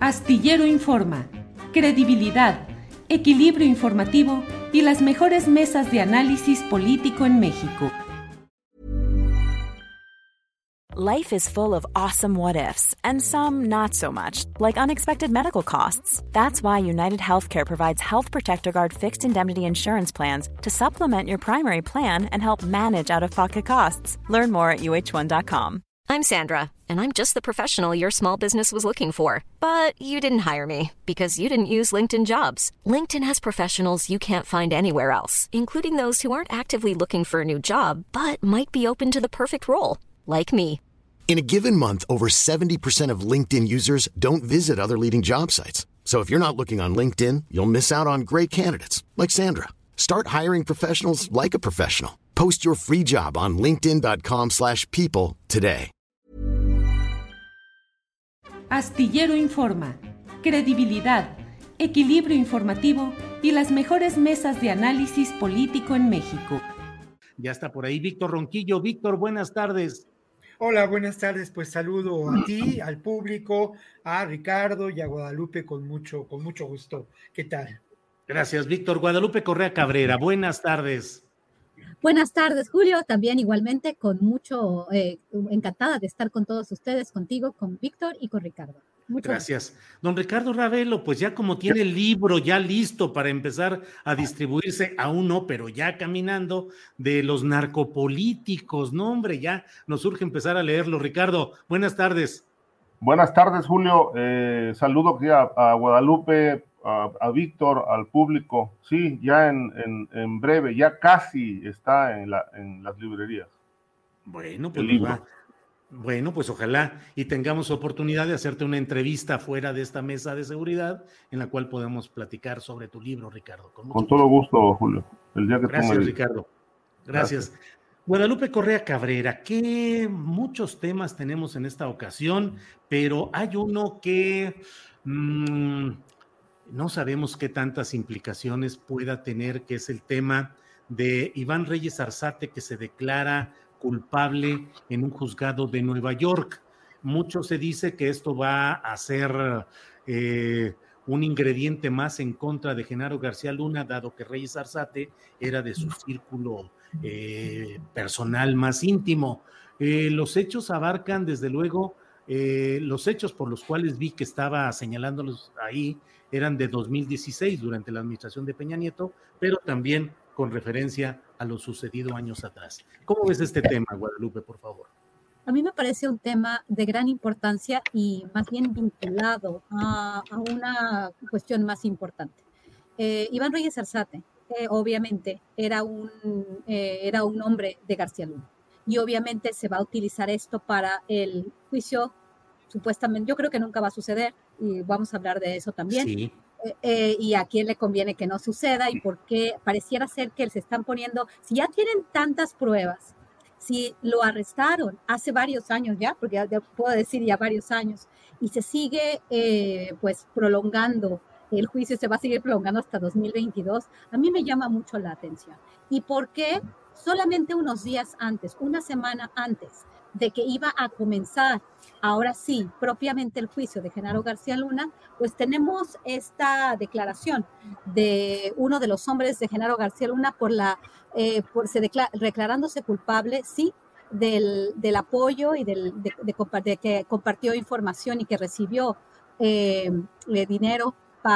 Astillero Informa, credibilidad, equilibrio informativo y las mejores mesas de análisis político en México. Life is full of awesome what-ifs, and some not so much, like unexpected medical costs. That's why United Healthcare provides Health Protector Guard fixed indemnity insurance plans to supplement your primary plan and help manage out-of-pocket costs. Learn more at uh1.com. I'm Sandra, and I'm just the professional your small business was looking for. But you didn't hire me because you didn't use LinkedIn Jobs. LinkedIn has professionals you can't find anywhere else, including those who aren't actively looking for a new job, but might be open to the perfect role, like me. In a given month, over 70% of LinkedIn users don't visit other leading job sites. So if you're not looking on LinkedIn, you'll miss out on great candidates like Sandra. Start hiring professionals like a professional. Post your free job on linkedin.com/people today. Astillero Informa, credibilidad, equilibrio informativo y las mejores mesas de análisis político en México. Ya está por ahí Víctor Ronquillo. Víctor, buenas tardes. Hola, buenas tardes. Pues saludo a ti, al público, a Ricardo y a Guadalupe con mucho gusto. ¿Qué tal? Gracias, Víctor. Guadalupe Correa Cabrera, buenas tardes. Buenas tardes, Julio. También igualmente con mucho, encantada de estar con todos ustedes, contigo, con Víctor y con Ricardo. Muchas gracias. Don Ricardo Ravelo, pues ya como tiene el libro ya listo para empezar a distribuirse, aún no, pero ya caminando, de los narcopolíticos, no hombre, ya nos urge empezar a leerlo. Ricardo, buenas tardes. Buenas tardes, Julio. Saludo aquí a Guadalupe, a Víctor, al público. Sí, ya en breve, ya casi está en las librerías. Bueno, pues Bueno, pues ojalá y tengamos oportunidad de hacerte una entrevista fuera de esta mesa de seguridad en la cual podemos platicar sobre tu libro, Ricardo. Con todo gusto, Julio. El día que Gracias, Ricardo. Gracias. Guadalupe Correa Cabrera, que muchos temas tenemos en esta ocasión, pero hay uno que no sabemos qué tantas implicaciones pueda tener, que es el tema de Iván Reyes Arzate, que se declara culpable en un juzgado de Nueva York. Mucho se dice que esto va a ser un ingrediente más en contra de Genaro García Luna, dado que Reyes Arzate era de su círculo personal más íntimo. Los hechos abarcan, desde luego, los hechos por los cuales vi que estaba señalándolos ahí eran de 2016, durante la administración de Peña Nieto, pero también con referencia a lo sucedido años atrás. ¿Cómo ves este tema, Guadalupe, por favor? A mí me parece un tema de gran importancia y más bien vinculado a una cuestión más importante. Iván Reyes Arzate, obviamente, era un hombre de García Luna. Y obviamente se va a utilizar esto para el juicio, supuestamente, yo creo que nunca va a suceder, y vamos a hablar de eso también. Sí. Y a quién le conviene que no suceda y por qué pareciera ser que se están poniendo, si ya tienen tantas pruebas, si lo arrestaron hace varios años ya, porque ya puedo decir ya varios años, y se sigue pues prolongando, el juicio se va a seguir prolongando hasta 2022, a mí me llama mucho la atención. ¿Y por qué solamente unos días antes, una semana antes de que iba a comenzar, ahora sí, propiamente el juicio de Genaro García Luna, pues tenemos esta declaración de uno de los hombres de Genaro García Luna declarándose culpable, sí, del apoyo y de que compartió información y que recibió dinero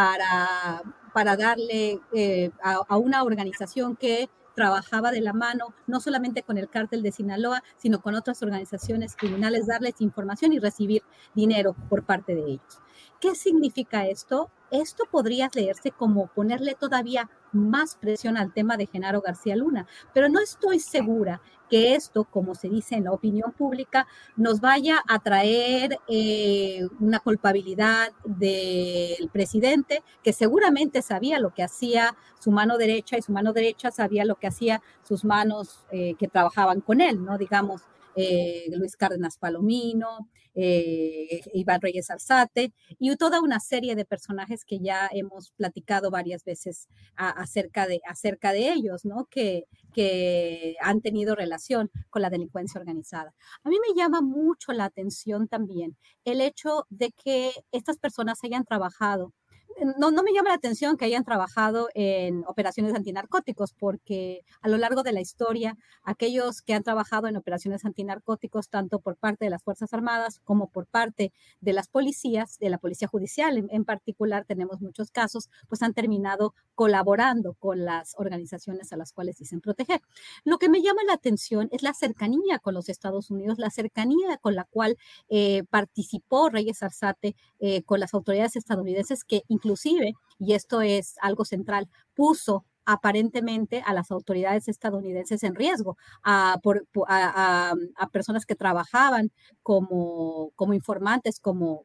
para darle a una organización que trabajaba de la mano, no solamente con el cártel de Sinaloa, sino con otras organizaciones criminales, darles información y recibir dinero por parte de ellos. ¿Qué significa esto? Esto podría leerse como ponerle todavía más presión al tema de Genaro García Luna, pero no estoy segura que esto, como se dice en la opinión pública, nos vaya a traer una culpabilidad del presidente, que seguramente sabía lo que hacía su mano derecha y su mano derecha sabía lo que hacía sus manos que trabajaban con él, ¿no? Digamos, Luis Cárdenas Palomino, Iván Reyes Arzate y toda una serie de personajes que ya hemos platicado varias veces acerca de ellos, ¿no? Que han tenido relación con la delincuencia organizada. A mí me llama mucho la atención también el hecho de que estas personas hayan trabajado. No me llama la atención que hayan trabajado en operaciones antinarcóticos, porque a lo largo de la historia, aquellos que han trabajado en operaciones antinarcóticos, tanto por parte de las Fuerzas Armadas como por parte de las policías, de la Policía Judicial en particular, tenemos muchos casos, pues han terminado colaborando con las organizaciones a las cuales dicen proteger. Lo que me llama la atención es la cercanía con los Estados Unidos, la cercanía con la cual participó Reyes Arzate con las autoridades estadounidenses, que inclusive, y esto es algo central, puso aparentemente a las autoridades estadounidenses en riesgo, a personas que trabajaban como informantes,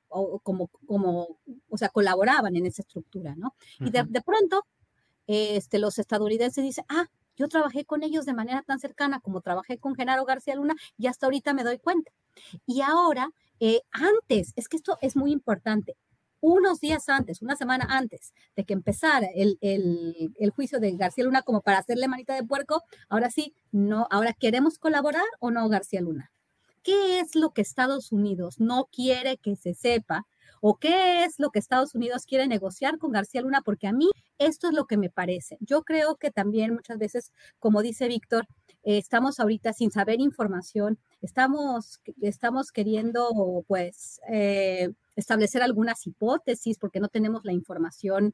o sea, colaboraban en esa estructura, ¿no? Y de pronto, los estadounidenses dicen, yo trabajé con ellos de manera tan cercana como trabajé con Genaro García Luna y hasta ahorita me doy cuenta. Y ahora, antes, es que esto es muy importante, unos días antes, una semana antes de que empezara el juicio de García Luna, como para hacerle manita de puerco, ahora sí, no, ahora ¿queremos colaborar o no, García Luna? ¿Qué es lo que Estados Unidos no quiere que se sepa? ¿O qué es lo que Estados Unidos quiere negociar con García Luna? Porque a mí esto es lo que me parece. Yo creo que también muchas veces, como dice Víctor, estamos ahorita sin saber información, estamos queriendo, pues, establecer algunas hipótesis porque no tenemos la información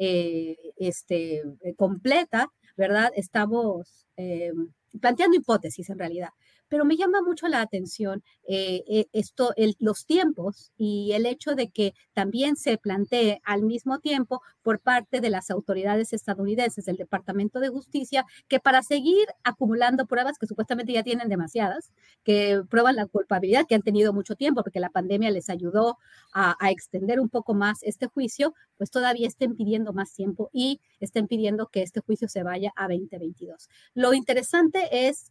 completa, ¿verdad? Estamos planteando hipótesis en realidad. Pero me llama mucho la atención los tiempos y el hecho de que también se plantee al mismo tiempo por parte de las autoridades estadounidenses, del Departamento de Justicia, que para seguir acumulando pruebas, que supuestamente ya tienen demasiadas, que prueban la culpabilidad, que han tenido mucho tiempo, porque la pandemia les ayudó a extender un poco más este juicio, pues todavía estén pidiendo más tiempo y estén pidiendo que este juicio se vaya a 2022. Lo interesante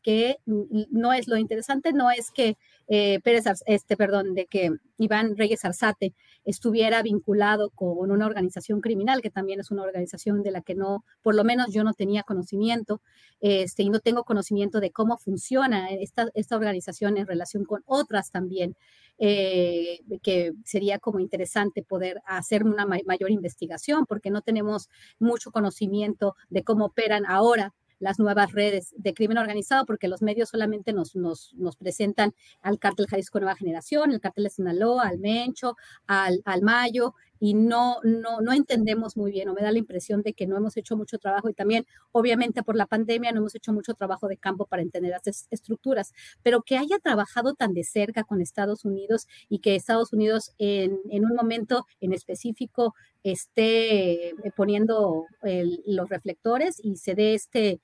no es que de que Iván Reyes Arzate estuviera vinculado con una organización criminal, que también es una organización de la que no, por lo menos yo no tenía conocimiento, y no tengo conocimiento de cómo funciona esta organización en relación con otras también, que sería como interesante poder hacer una mayor investigación, porque no tenemos mucho conocimiento de cómo operan ahora las nuevas redes de crimen organizado, porque los medios solamente nos presentan al Cártel Jalisco Nueva Generación, el Cártel de Sinaloa, al Mencho, al Mayo, y no entendemos muy bien, o me da la impresión de que no hemos hecho mucho trabajo, y también, obviamente, por la pandemia no hemos hecho mucho trabajo de campo para entender las estructuras, pero que haya trabajado tan de cerca con Estados Unidos y que Estados Unidos en un momento en específico esté poniendo los reflectores y se dé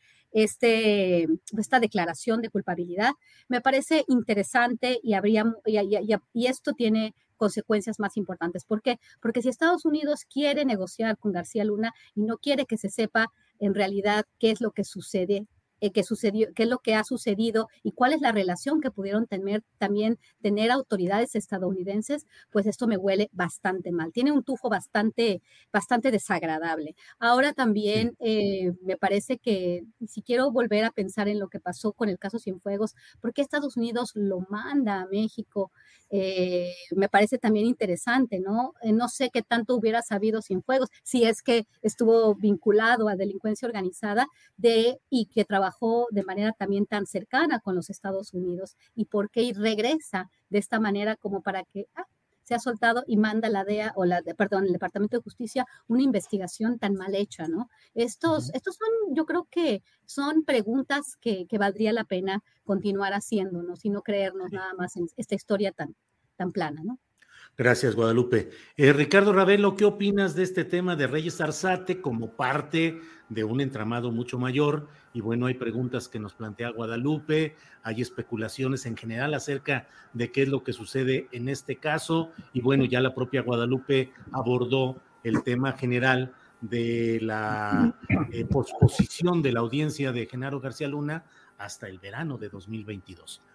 esta declaración de culpabilidad, me parece interesante y esto tiene consecuencias más importantes. ¿Por qué? Porque si Estados Unidos quiere negociar con García Luna y no quiere que se sepa en realidad qué es lo que sucede, qué es lo que ha sucedido y cuál es la relación que pudieron tener autoridades estadounidenses, pues esto me huele bastante mal. Tiene un tufo bastante desagradable. Ahora también me parece que si quiero volver a pensar en lo que pasó con el caso Cienfuegos, ¿por qué Estados Unidos lo manda a México? Me parece también interesante, ¿no? No sé qué tanto hubiera sabido Cienfuegos, si es que estuvo vinculado a delincuencia organizada y que trabajó de manera también tan cercana con los Estados Unidos, y por qué regresa de esta manera como para que se ha soltado y manda la DEA el Departamento de Justicia una investigación tan mal hecha, ¿no? Estos son, yo creo que son preguntas que valdría la pena continuar haciéndonos y no creernos nada más en esta historia tan plana, ¿no? Gracias, Guadalupe. Ricardo Ravelo, ¿qué opinas de este tema de Reyes Arzate como parte de un entramado mucho mayor? Y bueno, hay preguntas que nos plantea Guadalupe, hay especulaciones en general acerca de qué es lo que sucede en este caso, y bueno, ya la propia Guadalupe abordó el tema general de la posposición de la audiencia de Genaro García Luna hasta el verano de 2022.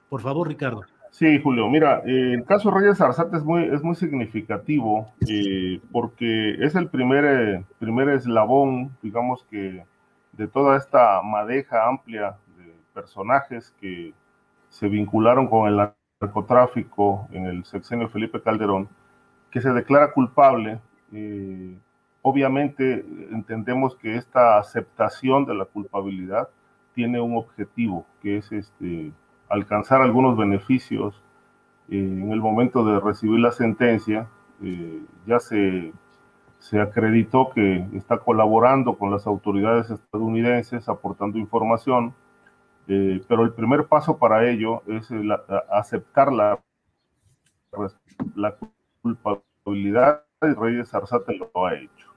Por favor, Ricardo. Sí, Julio, mira, el caso Reyes Arzate es muy significativo porque es el primer eslabón, digamos que, de toda esta madeja amplia de personajes que se vincularon con el narcotráfico en el sexenio Felipe Calderón, que se declara culpable. Obviamente entendemos que esta aceptación de la culpabilidad tiene un objetivo, que es alcanzar algunos beneficios en el momento de recibir la sentencia. Ya se acreditó que está colaborando con las autoridades estadounidenses, aportando información, pero el primer paso para ello es aceptar la culpabilidad, y Reyes Arzate lo ha hecho.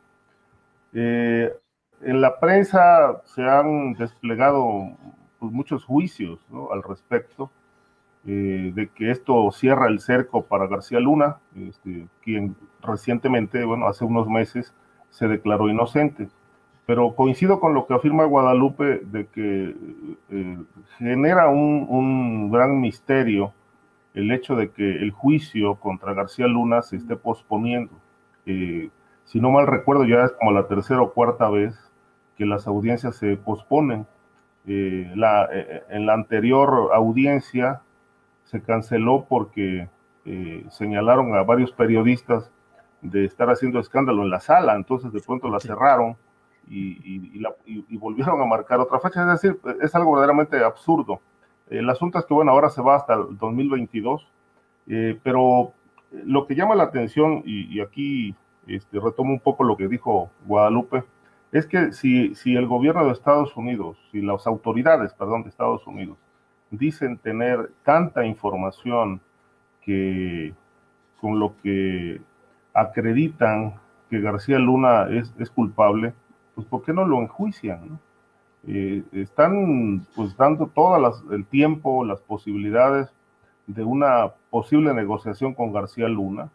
En la prensa se han desplegado pues, muchos juicios, ¿no?, al respecto, de que esto cierra el cerco para García Luna, quien recientemente, hace unos meses, se declaró inocente. Pero coincido con lo que afirma Guadalupe, de que genera un gran misterio el hecho de que el juicio contra García Luna se esté posponiendo. Si no mal recuerdo, ya es como la tercera o cuarta vez que las audiencias se posponen. En la anterior audiencia se canceló porque señalaron a varios periodistas de estar haciendo escándalo en la sala, entonces de pronto la cerraron y volvieron a marcar otra fecha. Es decir, es algo verdaderamente absurdo. El asunto es que, ahora se va hasta el 2022, pero lo que llama la atención, y aquí retomo un poco lo que dijo Guadalupe, es que si el gobierno de Estados Unidos, si las autoridades, de Estados Unidos, dicen tener tanta información que con lo que acreditan que García Luna es culpable, pues ¿por qué no lo enjuician, no? Están pues dando todo el tiempo, las posibilidades de una posible negociación con García Luna,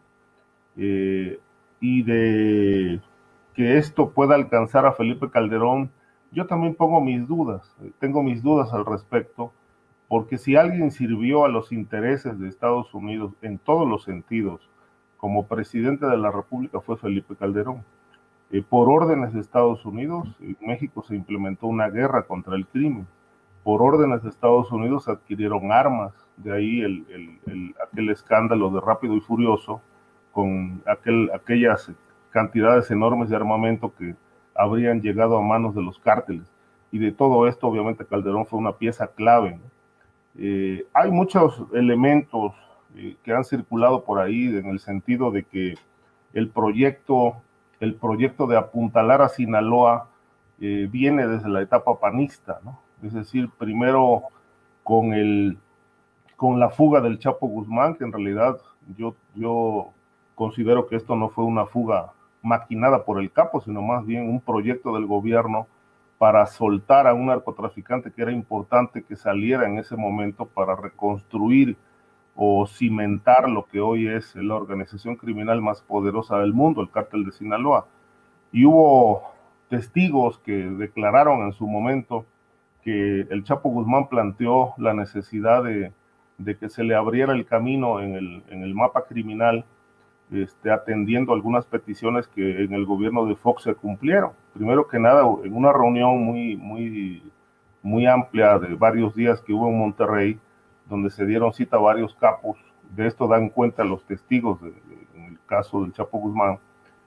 y de que esto pueda alcanzar a Felipe Calderón. Yo también tengo mis dudas al respecto, porque si alguien sirvió a los intereses de Estados Unidos en todos los sentidos como presidente de la República fue Felipe Calderón. Por órdenes de Estados Unidos, en México se implementó una guerra contra el crimen. Por órdenes de Estados Unidos se adquirieron armas, de ahí aquel escándalo de Rápido y Furioso, con aquellas cantidades enormes de armamento que habrían llegado a manos de los cárteles. Y de todo esto, obviamente, Calderón fue una pieza clave, ¿no? Hay muchos elementos que han circulado por ahí en el sentido de que el proyecto de apuntalar a Sinaloa viene desde la etapa panista, ¿no? Es decir, primero con la fuga del Chapo Guzmán, que en realidad yo considero que esto no fue una fuga maquinada por el capo, sino más bien un proyecto del gobierno para soltar a un narcotraficante que era importante que saliera en ese momento para reconstruir o cimentar lo que hoy es la organización criminal más poderosa del mundo, el Cártel de Sinaloa. Y hubo testigos que declararon en su momento que el Chapo Guzmán planteó la necesidad de que se le abriera el camino en el mapa criminal, atendiendo algunas peticiones que en el gobierno de Fox se cumplieron. Primero que nada, en una reunión muy amplia de varios días que hubo en Monterrey, donde se dieron cita a varios capos, de esto dan cuenta los testigos en el caso del Chapo Guzmán,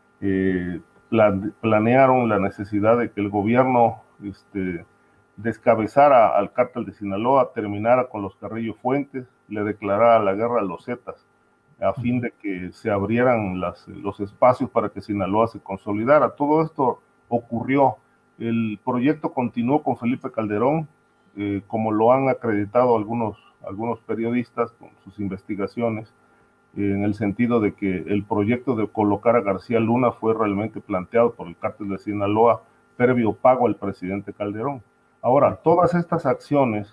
planearon la necesidad de que el gobierno descabezara al Cártel de Sinaloa, terminara con los Carrillo Fuentes, le declarara la guerra a los Zetas, a fin de que se abrieran los espacios para que Sinaloa se consolidara. Todo esto ocurrió. El proyecto continuó con Felipe Calderón, como lo han acreditado algunos periodistas con sus investigaciones, en el sentido de que el proyecto de colocar a García Luna fue realmente planteado por el Cártel de Sinaloa previo pago al presidente Calderón. Ahora, todas estas acciones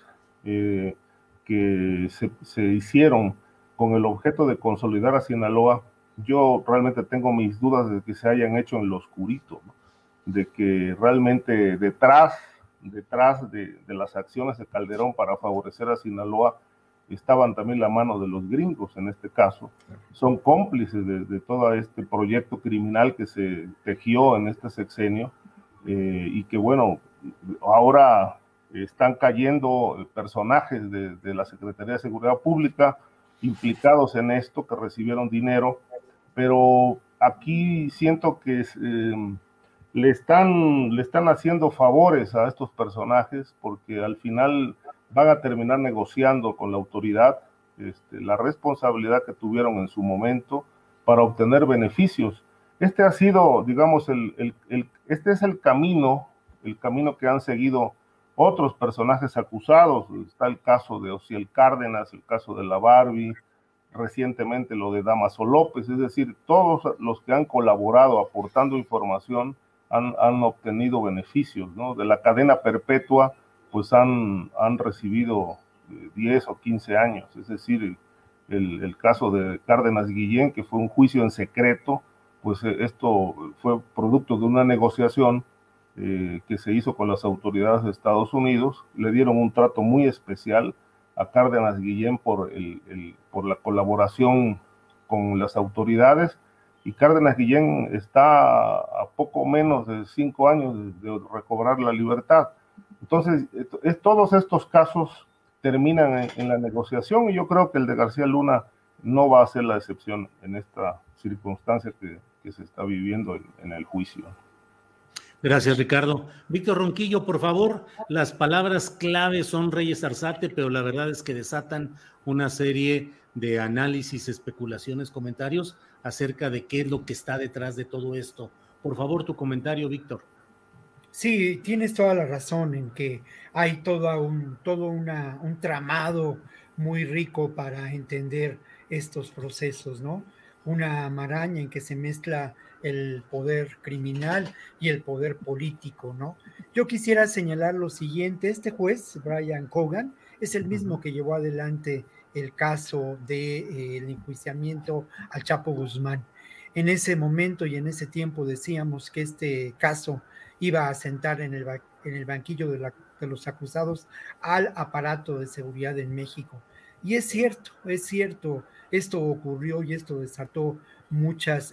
que se hicieron con el objeto de consolidar a Sinaloa, yo realmente tengo mis dudas de que se hayan hecho en lo oscurito, ¿no? De que realmente detrás de las acciones de Calderón para favorecer a Sinaloa estaban también la mano de los gringos en este caso, son cómplices de todo este proyecto criminal que se tejió en este sexenio, y que bueno, ahora están cayendo personajes de la Secretaría de Seguridad Pública implicados en esto, que recibieron dinero, pero aquí siento que le están haciendo favores a estos personajes, porque al final van a terminar negociando con la autoridad la responsabilidad que tuvieron en su momento para obtener beneficios. Este ha sido, digamos, este es el camino que han seguido otros personajes acusados. Está el caso de Osiel Cárdenas, el caso de la Barbie, recientemente lo de Damaso López, es decir, todos los que han colaborado aportando información han obtenido beneficios, ¿no? De la cadena perpetua, pues han recibido 10 o 15 años, es decir, el caso de Cárdenas Guillén, que fue un juicio en secreto, pues esto fue producto de una negociación que se hizo con las autoridades de Estados Unidos. Le dieron un trato muy especial a Cárdenas Guillén por la colaboración con las autoridades, y Cárdenas Guillén está a poco menos de 5 años de recobrar la libertad. Entonces, todos estos casos terminan en la negociación, y yo creo que el de García Luna no va a ser la excepción en esta circunstancia que se está viviendo en el juicio. Gracias, Ricardo. Víctor Ronquillo, por favor, las palabras clave son Reyes Arzate, pero la verdad es que desatan una serie de análisis, especulaciones, comentarios acerca de qué es lo que está detrás de todo esto. Por favor, tu comentario, Víctor. Sí, tienes toda la razón en que hay todo un tramado muy rico para entender estos procesos, ¿no? Una maraña en que se mezcla el poder criminal y el poder político, ¿no? Yo quisiera señalar lo siguiente: este juez, Brian Cogan, es el mismo que llevó adelante el caso del enjuiciamiento al Chapo Guzmán. En ese momento y en ese tiempo decíamos que este caso iba a sentar en el banquillo de los acusados al aparato de seguridad en México. Y es cierto, esto ocurrió y esto desató muchas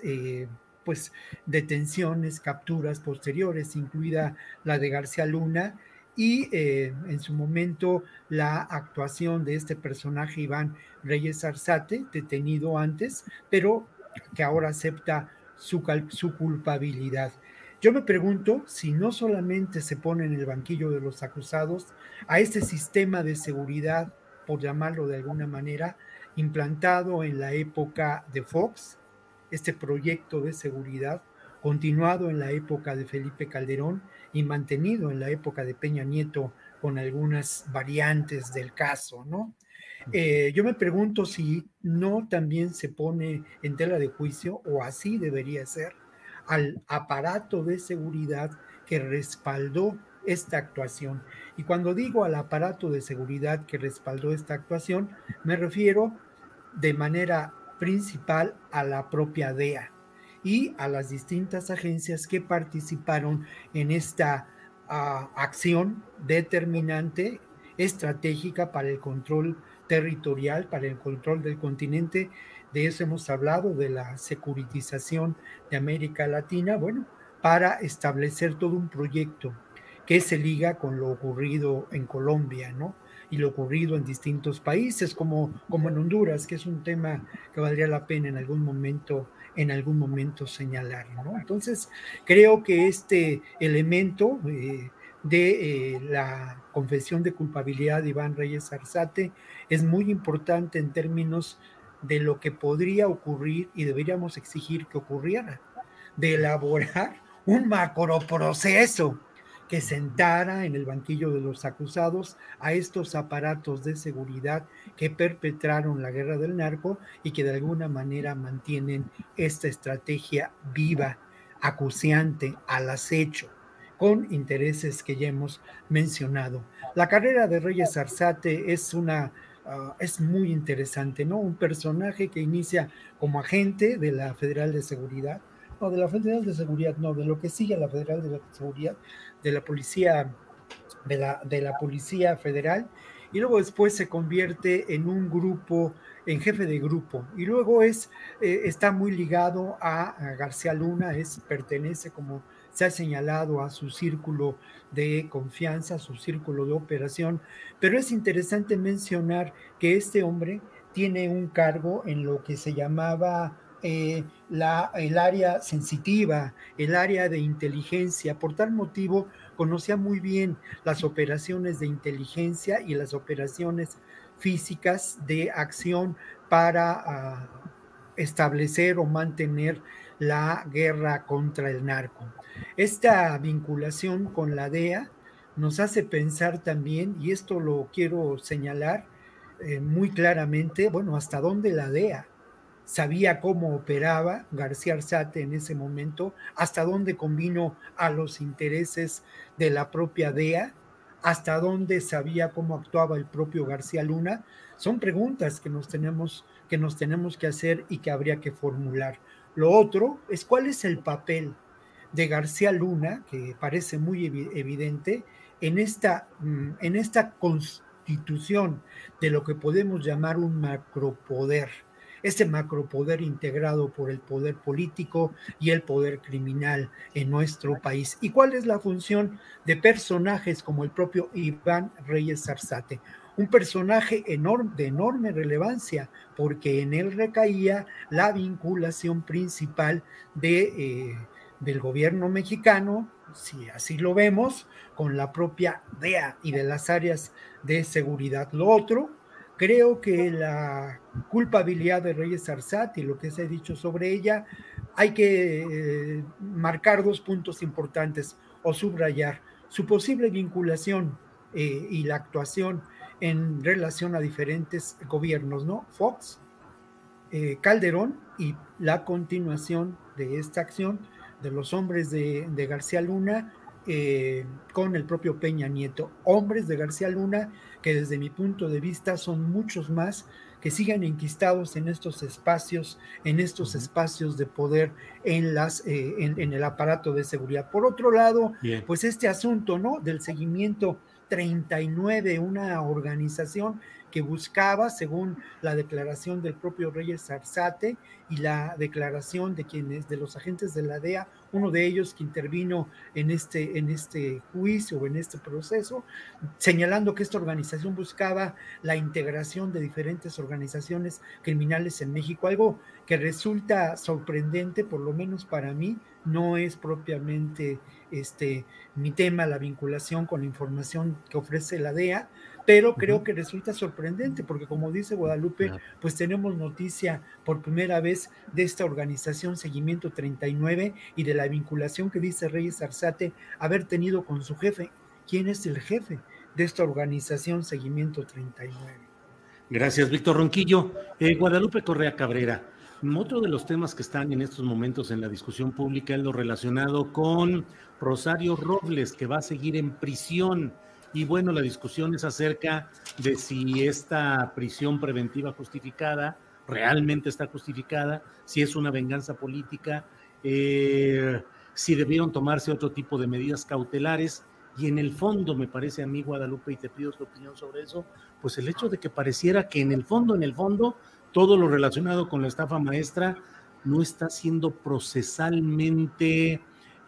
detenciones, capturas posteriores, incluida la de García Luna, y en su momento la actuación de este personaje Iván Reyes Arzate, detenido antes, pero que ahora acepta su culpabilidad. Yo me pregunto si no solamente se pone en el banquillo de los acusados a este sistema de seguridad, por llamarlo de alguna manera, implantado en la época de Fox, este proyecto de seguridad, continuado en la época de Felipe Calderón y mantenido en la época de Peña Nieto con algunas variantes del caso, ¿no? Yo me pregunto si no también se pone en tela de juicio, o así debería ser, al aparato de seguridad que respaldó esta actuación. Y cuando digo al aparato de seguridad que respaldó esta actuación, me refiero de manera principal a la propia DEA y a las distintas agencias que participaron en esta acción determinante, estratégica para el control territorial, para el control del continente. De eso hemos hablado, de la securitización de América Latina, bueno, para establecer todo un proyecto que se liga con lo ocurrido en Colombia, ¿no? Y lo ocurrido en distintos países, como en Honduras, que es un tema que valdría la pena en algún momento señalar, ¿no? Entonces, creo que este elemento de la confesión de culpabilidad de Iván Reyes Arzate es muy importante en términos de lo que podría ocurrir y deberíamos exigir que ocurriera, de elaborar un macroproceso que sentara en el banquillo de los acusados a estos aparatos de seguridad que perpetraron la guerra del narco y que de alguna manera mantienen esta estrategia viva, acuciante, al acecho, con intereses que ya hemos mencionado. La carrera de Reyes Arzate es muy interesante, ¿no? Un personaje que inicia como agente de la Federal de Seguridad, de lo que sigue a la Federal de Seguridad, de la Policía Federal, y luego después se convierte en un grupo, en jefe de grupo, y luego está muy ligado a García Luna, pertenece, como se ha señalado, a su círculo de confianza, a su círculo de operación, pero es interesante mencionar que este hombre tiene un cargo en lo que se llamaba el área sensitiva, el área de inteligencia. Por tal motivo, conocía muy bien las operaciones de inteligencia y las operaciones físicas de acción para establecer o mantener la guerra contra el narco. Esta vinculación con la DEA nos hace pensar también, y esto lo quiero señalar muy claramente, bueno, hasta dónde la DEA sabía cómo operaba García Arzate en ese momento, hasta dónde convino a los intereses de la propia DEA, hasta dónde sabía cómo actuaba el propio García Luna. Son preguntas que nos tenemos que hacer y que habría que formular. Lo otro es cuál es el papel de García Luna, que parece muy evidente, en esta constitución de lo que podemos llamar un macropoder. Este macropoder integrado por el poder político y el poder criminal en nuestro país. ¿Y cuál es la función de personajes como el propio Iván Reyes Arzate? Un personaje de enorme relevancia, porque en él recaía la vinculación principal del gobierno mexicano, si así lo vemos, con la propia DEA y de las áreas de seguridad. Lo otro, creo que la culpabilidad de Reyes Arzate y lo que se ha dicho sobre ella, hay que marcar 2 puntos importantes o subrayar su posible vinculación y la actuación en relación a diferentes gobiernos, ¿no? Fox, Calderón, y la continuación de esta acción de los hombres de García Luna con el propio Peña Nieto. Hombres de García Luna que desde mi punto de vista son muchos más que siguen enquistados en estos espacios de poder en el aparato de seguridad. Por otro lado, bien, pues este asunto, ¿no?, del seguimiento 39, una organización que buscaba, según la declaración del propio Reyes Arzate y la declaración de los agentes de la DEA, uno de ellos que intervino en este juicio o en este proceso, señalando que esta organización buscaba la integración de diferentes organizaciones criminales en México, algo que resulta sorprendente, por lo menos para mí. No es propiamente mi tema, la vinculación con la información que ofrece la DEA, pero creo que resulta sorprendente porque, como dice Guadalupe, pues tenemos noticia por primera vez de esta organización Seguimiento 39 y de la vinculación que dice Reyes Arzate haber tenido con su jefe. ¿Quién es el jefe de esta organización Seguimiento 39? Gracias, Víctor Ronquillo. Guadalupe Correa Cabrera, otro de los temas que están en estos momentos en la discusión pública es lo relacionado con Rosario Robles, que va a seguir en prisión. Y bueno, la discusión es acerca de si esta prisión preventiva justificada realmente está justificada, si es una venganza política, si debieron tomarse otro tipo de medidas cautelares. Y en el fondo, me parece a mí, Guadalupe, y te pido tu opinión sobre eso, pues el hecho de que pareciera que en el fondo, todo lo relacionado con la estafa maestra no está siendo procesalmente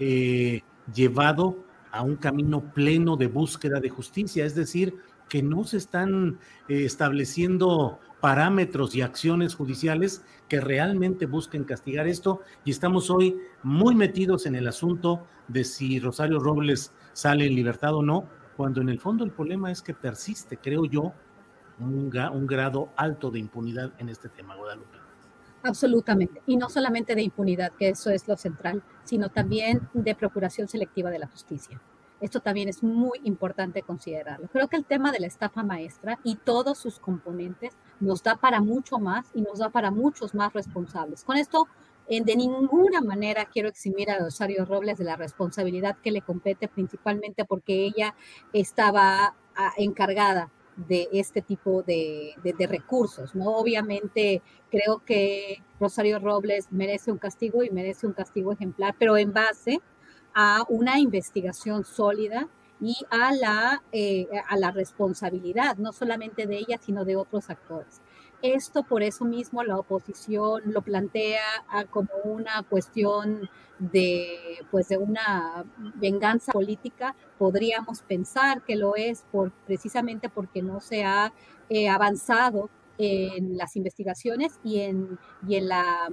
llevado a un camino pleno de búsqueda de justicia, es decir, que no se están estableciendo parámetros y acciones judiciales que realmente busquen castigar esto, y estamos hoy muy metidos en el asunto de si Rosario Robles sale en libertad o no, cuando en el fondo el problema es que persiste, creo yo, un grado alto de impunidad en este tema, Guadalupe. Absolutamente, y no solamente de impunidad, que eso es lo central, sino también de procuración selectiva de la justicia. Esto también es muy importante considerarlo. Creo que el tema de la estafa maestra y todos sus componentes nos da para mucho más y nos da para muchos más responsables. Con esto, de ninguna manera quiero eximir a Rosario Robles de la responsabilidad que le compete, principalmente porque ella estaba encargada de este tipo de recursos, ¿no? Obviamente creo que Rosario Robles merece un castigo y merece un castigo ejemplar, pero en base a una investigación sólida y a la responsabilidad, no solamente de ella, sino de otros actores. Esto, por eso mismo, la oposición lo plantea como una cuestión pues de una venganza política. Podríamos pensar que lo es precisamente porque no se ha avanzado en las investigaciones y en la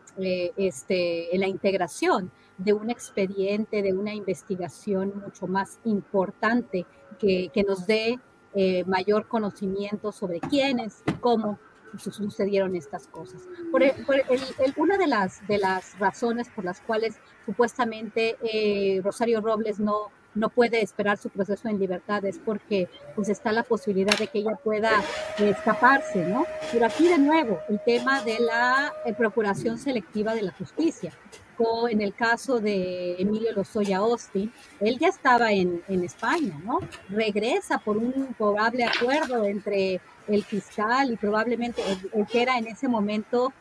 integración de un expediente, de una investigación mucho más importante que nos dé mayor conocimiento sobre quiénes y cómo sucedieron estas cosas. Una de las razones por las cuales supuestamente Rosario Robles no puede esperar su proceso en libertad es porque pues está la posibilidad de que ella pueda escaparse, ¿no? Pero aquí de nuevo el tema de la procuración selectiva de la justicia. En el caso de Emilio Lozoya Austin, él ya estaba en España, ¿no? Regresa por un probable acuerdo entre el fiscal y probablemente el que era en ese momento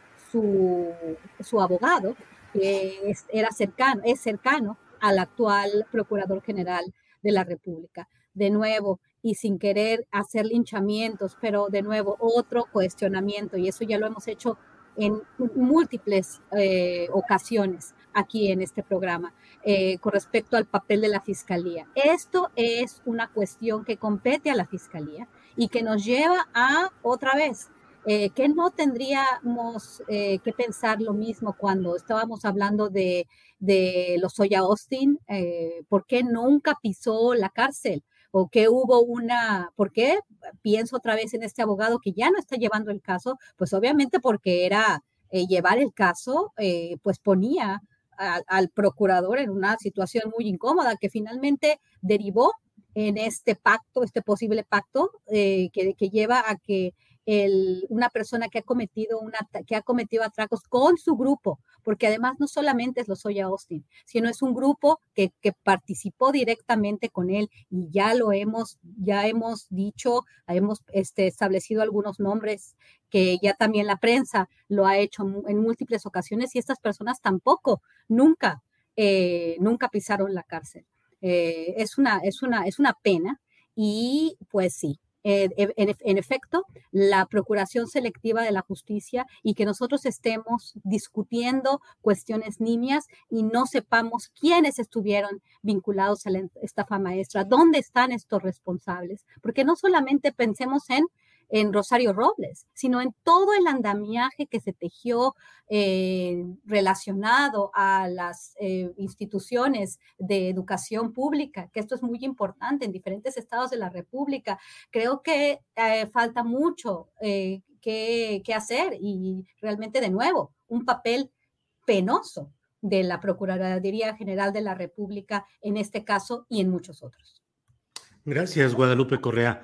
su abogado, que es cercano al actual Procurador General de la República. De nuevo, y sin querer hacer linchamientos, pero de nuevo otro cuestionamiento, y eso ya lo hemos hecho en múltiples ocasiones aquí en este programa, con respecto al papel de la Fiscalía. Esto es una cuestión que compete a la Fiscalía y que nos lleva a, otra vez, que no tendríamos que pensar lo mismo cuando estábamos hablando de Lozoya Austin, ¿por qué nunca pisó la cárcel? ¿O qué por qué? Pienso otra vez en este abogado que ya no está llevando el caso, pues obviamente porque era llevar el caso, pues ponía al procurador en una situación muy incómoda que finalmente derivó en este posible pacto que lleva a que una persona que ha cometido atracos con su grupo, porque además no solamente es Lozoya Austin, sino es un grupo que participó directamente con él, y ya hemos dicho, hemos establecido algunos nombres que ya también la prensa lo ha hecho en múltiples ocasiones, y estas personas tampoco nunca pisaron la cárcel. Es una pena, y pues sí, en efecto, la procuración selectiva de la justicia, y que nosotros estemos discutiendo cuestiones nimias y no sepamos quiénes estuvieron vinculados a la estafa maestra, dónde están estos responsables, porque no solamente pensemos en Rosario Robles, sino en todo el andamiaje que se tejió relacionado a las instituciones de educación pública, que esto es muy importante en diferentes estados de la República. Creo que falta mucho que hacer, y realmente, de nuevo, un papel penoso de la Procuraduría General de la República en este caso y en muchos otros. Gracias, Guadalupe Correa.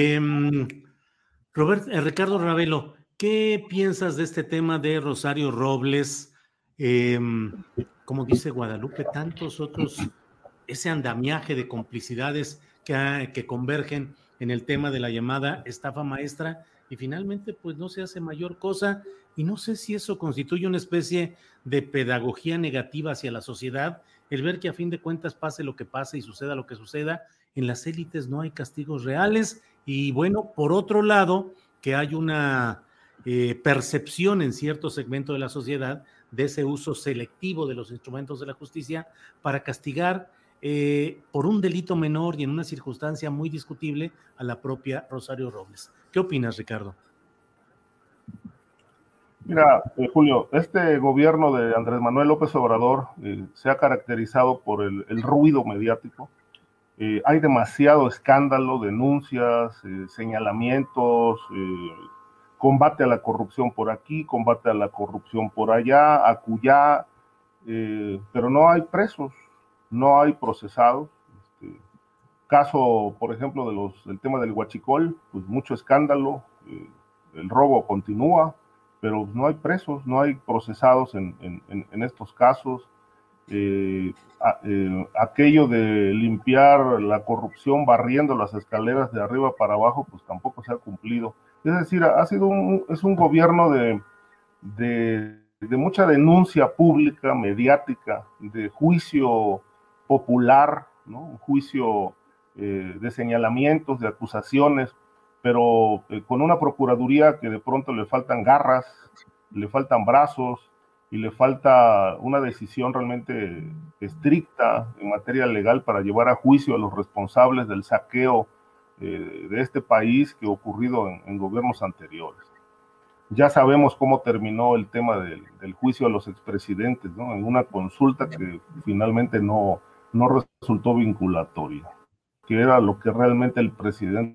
Ricardo Ravelo, ¿qué piensas de este tema de Rosario Robles? Como dice Guadalupe, tantos otros, ese andamiaje de complicidades que convergen en el tema de la llamada estafa maestra, y finalmente pues no se hace mayor cosa, y no sé si eso constituye una especie de pedagogía negativa hacia la sociedad, el ver que a fin de cuentas, pase lo que pase y suceda lo que suceda, en las élites no hay castigos reales. Y bueno, por otro lado, que hay una percepción en cierto segmento de la sociedad de ese uso selectivo de los instrumentos de la justicia para castigar por un delito menor y en una circunstancia muy discutible a la propia Rosario Robles. ¿Qué opinas, Ricardo? Mira, Julio, este gobierno de Andrés Manuel López Obrador se ha caracterizado por el ruido mediático. Hay demasiado escándalo, denuncias, señalamientos, combate a la corrupción por aquí, combate a la corrupción por allá, acullá, pero no hay presos, no hay procesados. Caso, por ejemplo, del tema del huachicol, pues mucho escándalo, el robo continúa, pero no hay presos, no hay procesados en estos casos. Aquello de limpiar la corrupción barriendo las escaleras de arriba para abajo, pues tampoco se ha cumplido. Es decir, es un gobierno de mucha denuncia pública, mediática, de juicio popular, ¿no? Un juicio de señalamientos, de acusaciones, pero con una procuraduría que de pronto le faltan garras, le faltan brazos y le falta una decisión realmente estricta en materia legal para llevar a juicio a los responsables del saqueo de este país que ha ocurrido en gobiernos anteriores. Ya sabemos cómo terminó el tema del juicio a los expresidentes, ¿no? En una consulta que finalmente no resultó vinculatoria, que era lo que realmente el presidente.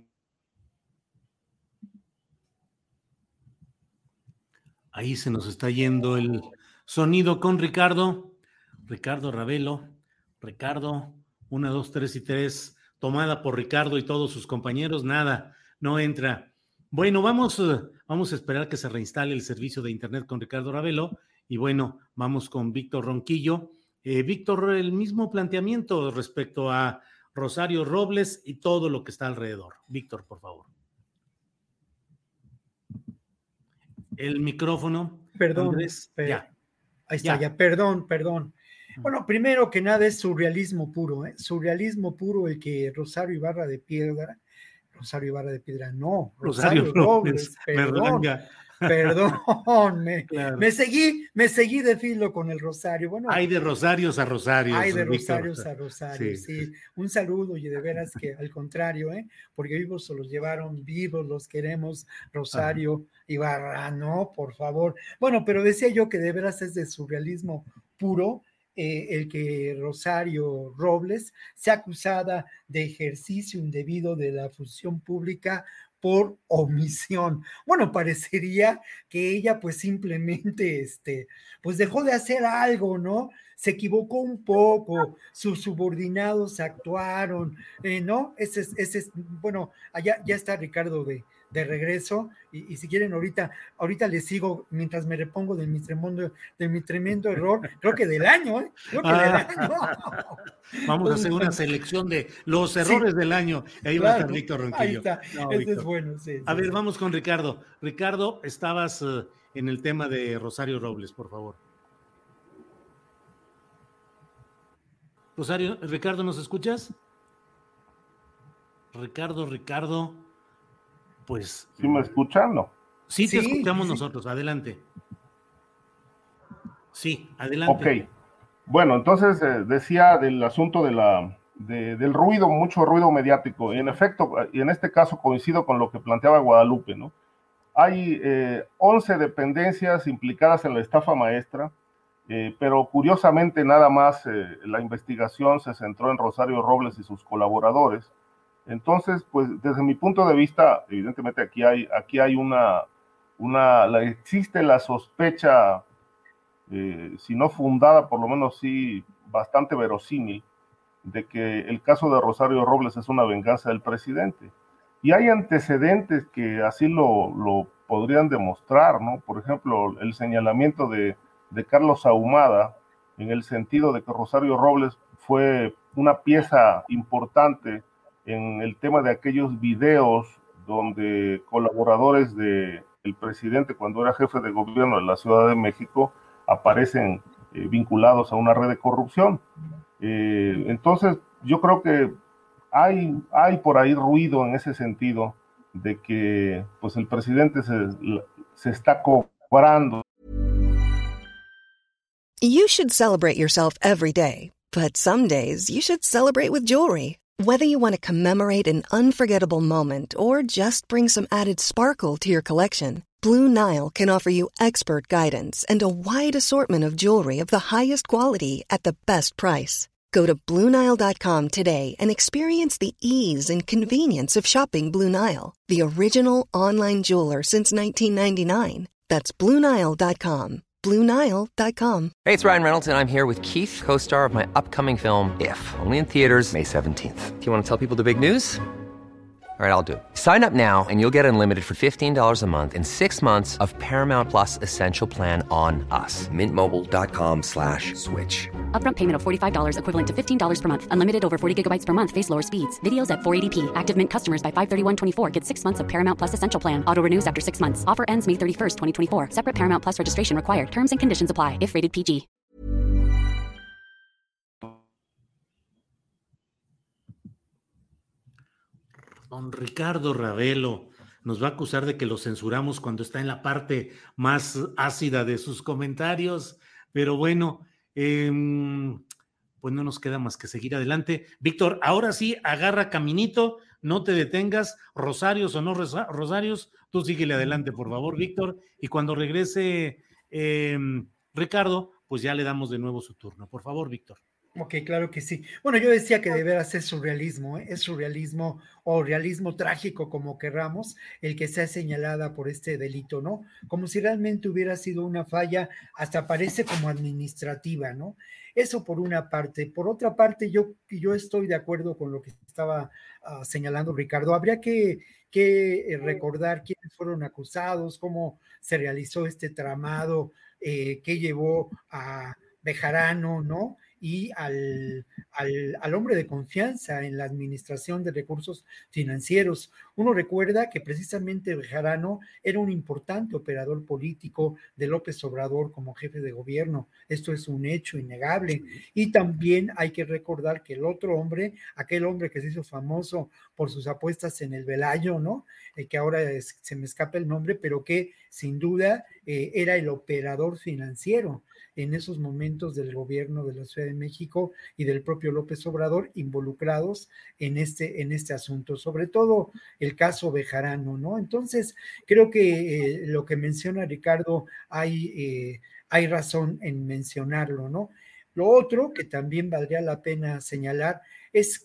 Ahí se nos está yendo el sonido con Ricardo Ravelo. Ricardo, 1, 2, 3 y 3, tomada por Ricardo y todos sus compañeros, nada, no entra. Bueno, vamos a esperar que se reinstale el servicio de internet con Ricardo Ravelo y bueno, vamos con Víctor Ronquillo. Víctor, el mismo planteamiento respecto a Rosario Robles y todo lo que está alrededor. Víctor, por favor. El micrófono. Perdón, Andrés, ya. Ahí está, ya. Perdón. Bueno, primero que nada es surrealismo puro, surrealismo puro el que Rosario Ibarra de Piedra, no, Rosario Robles, perdón, claro. me seguí de filo con el Rosario. Bueno, hay de Rosarios a Rosarios. Hay de Rosarios a Rosarios, sí. Un saludo y de veras que al contrario, porque vivos se los llevaron, vivos los queremos, Rosario Ibarra, no, por favor. Bueno, pero decía yo que de veras es de surrealismo puro el que Rosario Robles sea acusada de ejercicio indebido de la función pública por omisión. Bueno, parecería que ella pues simplemente pues dejó de hacer algo, ¿no? Se equivocó un poco, sus subordinados actuaron, ¿no? Ese es, bueno, allá ya está Ricardo de regreso, y si quieren ahorita les sigo mientras me repongo de mi tremendo error, creo que del año, Vamos a hacer una selección de los errores del año, ahí va a estar Víctor Ronquillo. Ahí está, es bueno, sí. A ver, vamos con Ricardo. Ricardo, estabas en el tema de Rosario Robles, por favor. Ricardo, ¿nos escuchas? Ricardo, pues... ¿Sí me escuchan, no? Sí, te escuchamos nosotros, adelante. Sí, adelante. Ok, bueno, entonces decía del asunto del ruido, mucho ruido mediático, y en efecto, y en este caso coincido con lo que planteaba Guadalupe, ¿no? Hay 11 dependencias implicadas en la estafa maestra, pero curiosamente nada más la investigación se centró en Rosario Robles y sus colaboradores. Entonces, pues desde mi punto de vista, evidentemente aquí hay existe la sospecha, si no fundada, por lo menos sí bastante verosímil, de que el caso de Rosario Robles es una venganza del presidente. Y hay antecedentes que así lo podrían demostrar, ¿no? Por ejemplo, el señalamiento de Carlos Ahumada, en el sentido de que Rosario Robles fue una pieza importante en el tema de aquellos videos donde colaboradores del presidente cuando era jefe de gobierno de la Ciudad de México aparecen vinculados a una red de corrupción. Entonces yo creo que hay por ahí ruido en ese sentido de que pues el presidente se está cobrando. You should celebrate yourself every day, but some days you should celebrate with jewelry. Whether you want to commemorate an unforgettable moment or just bring some added sparkle to your collection, Blue Nile can offer you expert guidance and a wide assortment of jewelry of the highest quality at the best price. Go to BlueNile.com today and experience the ease and convenience of shopping Blue Nile, the original online jeweler since 1999. That's BlueNile.com. BlueNile.com. Hey, it's Ryan Reynolds, and I'm here with Keith, co-star of my upcoming film, If, only in theaters May 17th. Do you want to tell people the big news? All right, I'll do it. Sign up now and you'll get unlimited for $15 a month and 6 months of Paramount Plus Essential Plan on us. MintMobile.com/switch. Upfront payment of $45 equivalent to $15 per month. Unlimited over 40 gigabytes per month. Face lower speeds. Videos at 480p. Active Mint customers by 531.24 get 6 months of Paramount Plus Essential Plan. Auto renews after 6 months. Offer ends May 31st, 2024. Separate Paramount Plus registration required. Terms and conditions apply if rated PG. Don Ricardo Ravelo nos va a acusar de que lo censuramos cuando está en la parte más ácida de sus comentarios, pero bueno, pues no nos queda más que seguir adelante. Víctor, ahora sí, agarra caminito, no te detengas, rosarios o no rosarios, tú síguele adelante, por favor, Víctor, y cuando regrese Ricardo, pues ya le damos de nuevo su turno. Por favor, Víctor. Ok, claro que sí. Bueno, yo decía que de veras es surrealismo, ¿eh? Es surrealismo o realismo trágico, como querramos, el que sea señalada por este delito, ¿no? Como si realmente hubiera sido una falla, hasta parece como administrativa, ¿no? Eso por una parte. Por otra parte, yo estoy de acuerdo con lo que estaba señalando Ricardo. Habría que recordar quiénes fueron acusados, cómo se realizó este tramado, que llevó a Bejarano, ¿no? Y al hombre de confianza en la administración de recursos financieros. Uno recuerda que precisamente Bejarano era un importante operador político de López Obrador como jefe de gobierno. Esto es un hecho innegable. Y también hay que recordar que el otro hombre, aquel hombre que se hizo famoso por sus apuestas en el Velayo, ¿no? Que ahora se me escapa el nombre, pero que sin duda era el operador financiero en esos momentos del gobierno de la Ciudad de México y del propio López Obrador involucrados en este asunto, sobre todo el caso Bejarano, ¿no? Entonces, creo que lo que menciona Ricardo hay razón en mencionarlo, ¿no? Lo otro que también valdría la pena señalar es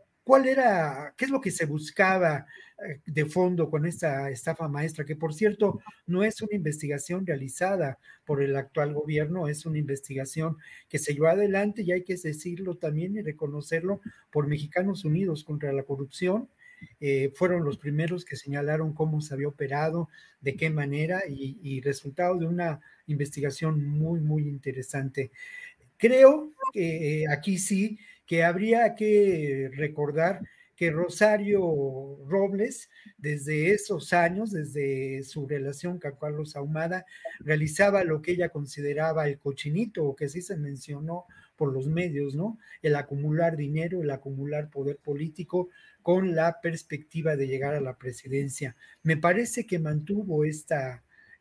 qué es lo que se buscaba de fondo con esta estafa maestra, que por cierto no es una investigación realizada por el actual gobierno, es una investigación que se llevó adelante, y hay que decirlo también y reconocerlo, por Mexicanos Unidos contra la Corrupción. Fueron los primeros que señalaron cómo se había operado, de qué manera, y resultado de una investigación muy, muy interesante. Creo que aquí sí que habría que recordar que Rosario Robles, desde esos años, desde su relación con Carlos Ahumada, realizaba lo que ella consideraba el cochinito, o que sí se mencionó por los medios, ¿no? El acumular dinero, el acumular poder político con la perspectiva de llegar a la presidencia. Me parece que mantuvo esta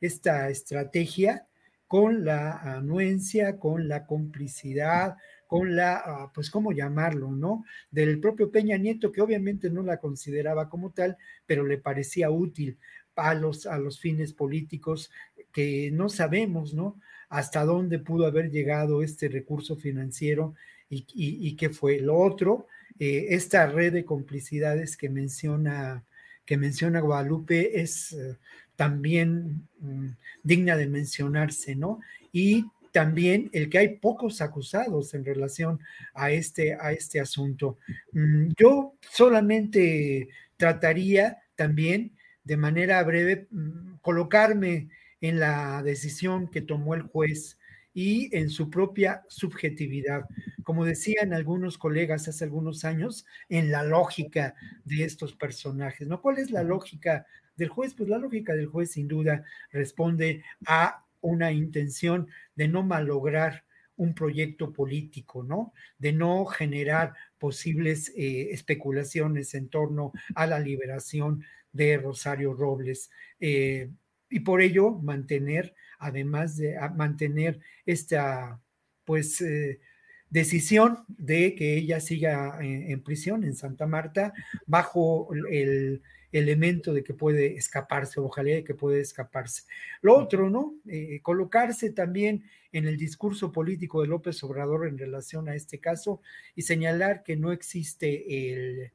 estrategia con la anuencia, con la complicidad, con la, pues, ¿cómo llamarlo, no? Del propio Peña Nieto, que obviamente no la consideraba como tal, pero le parecía útil a los fines políticos, que no sabemos, ¿no? Hasta dónde pudo haber llegado este recurso financiero y qué fue. Lo otro, esta red de complicidades que menciona Guadalupe es también digna de mencionarse, ¿no? Y también el que hay pocos acusados en relación a este asunto. Yo solamente trataría también de manera breve colocarme en la decisión que tomó el juez y en su propia subjetividad. Como decían algunos colegas hace algunos años, en la lógica de estos personajes, ¿no? ¿Cuál es la lógica del juez? Pues la lógica del juez sin duda responde a una intención de no malograr un proyecto político, ¿no? De no generar posibles especulaciones en torno a la liberación de Rosario Robles. Y por ello mantener, además de mantener esta, pues, decisión de que ella siga en prisión en Santa Marta, bajo el elemento de que puede escaparse, ojalá de que puede escaparse. Lo otro, ¿no? Colocarse también en el discurso político de López Obrador en relación a este caso y señalar que no existe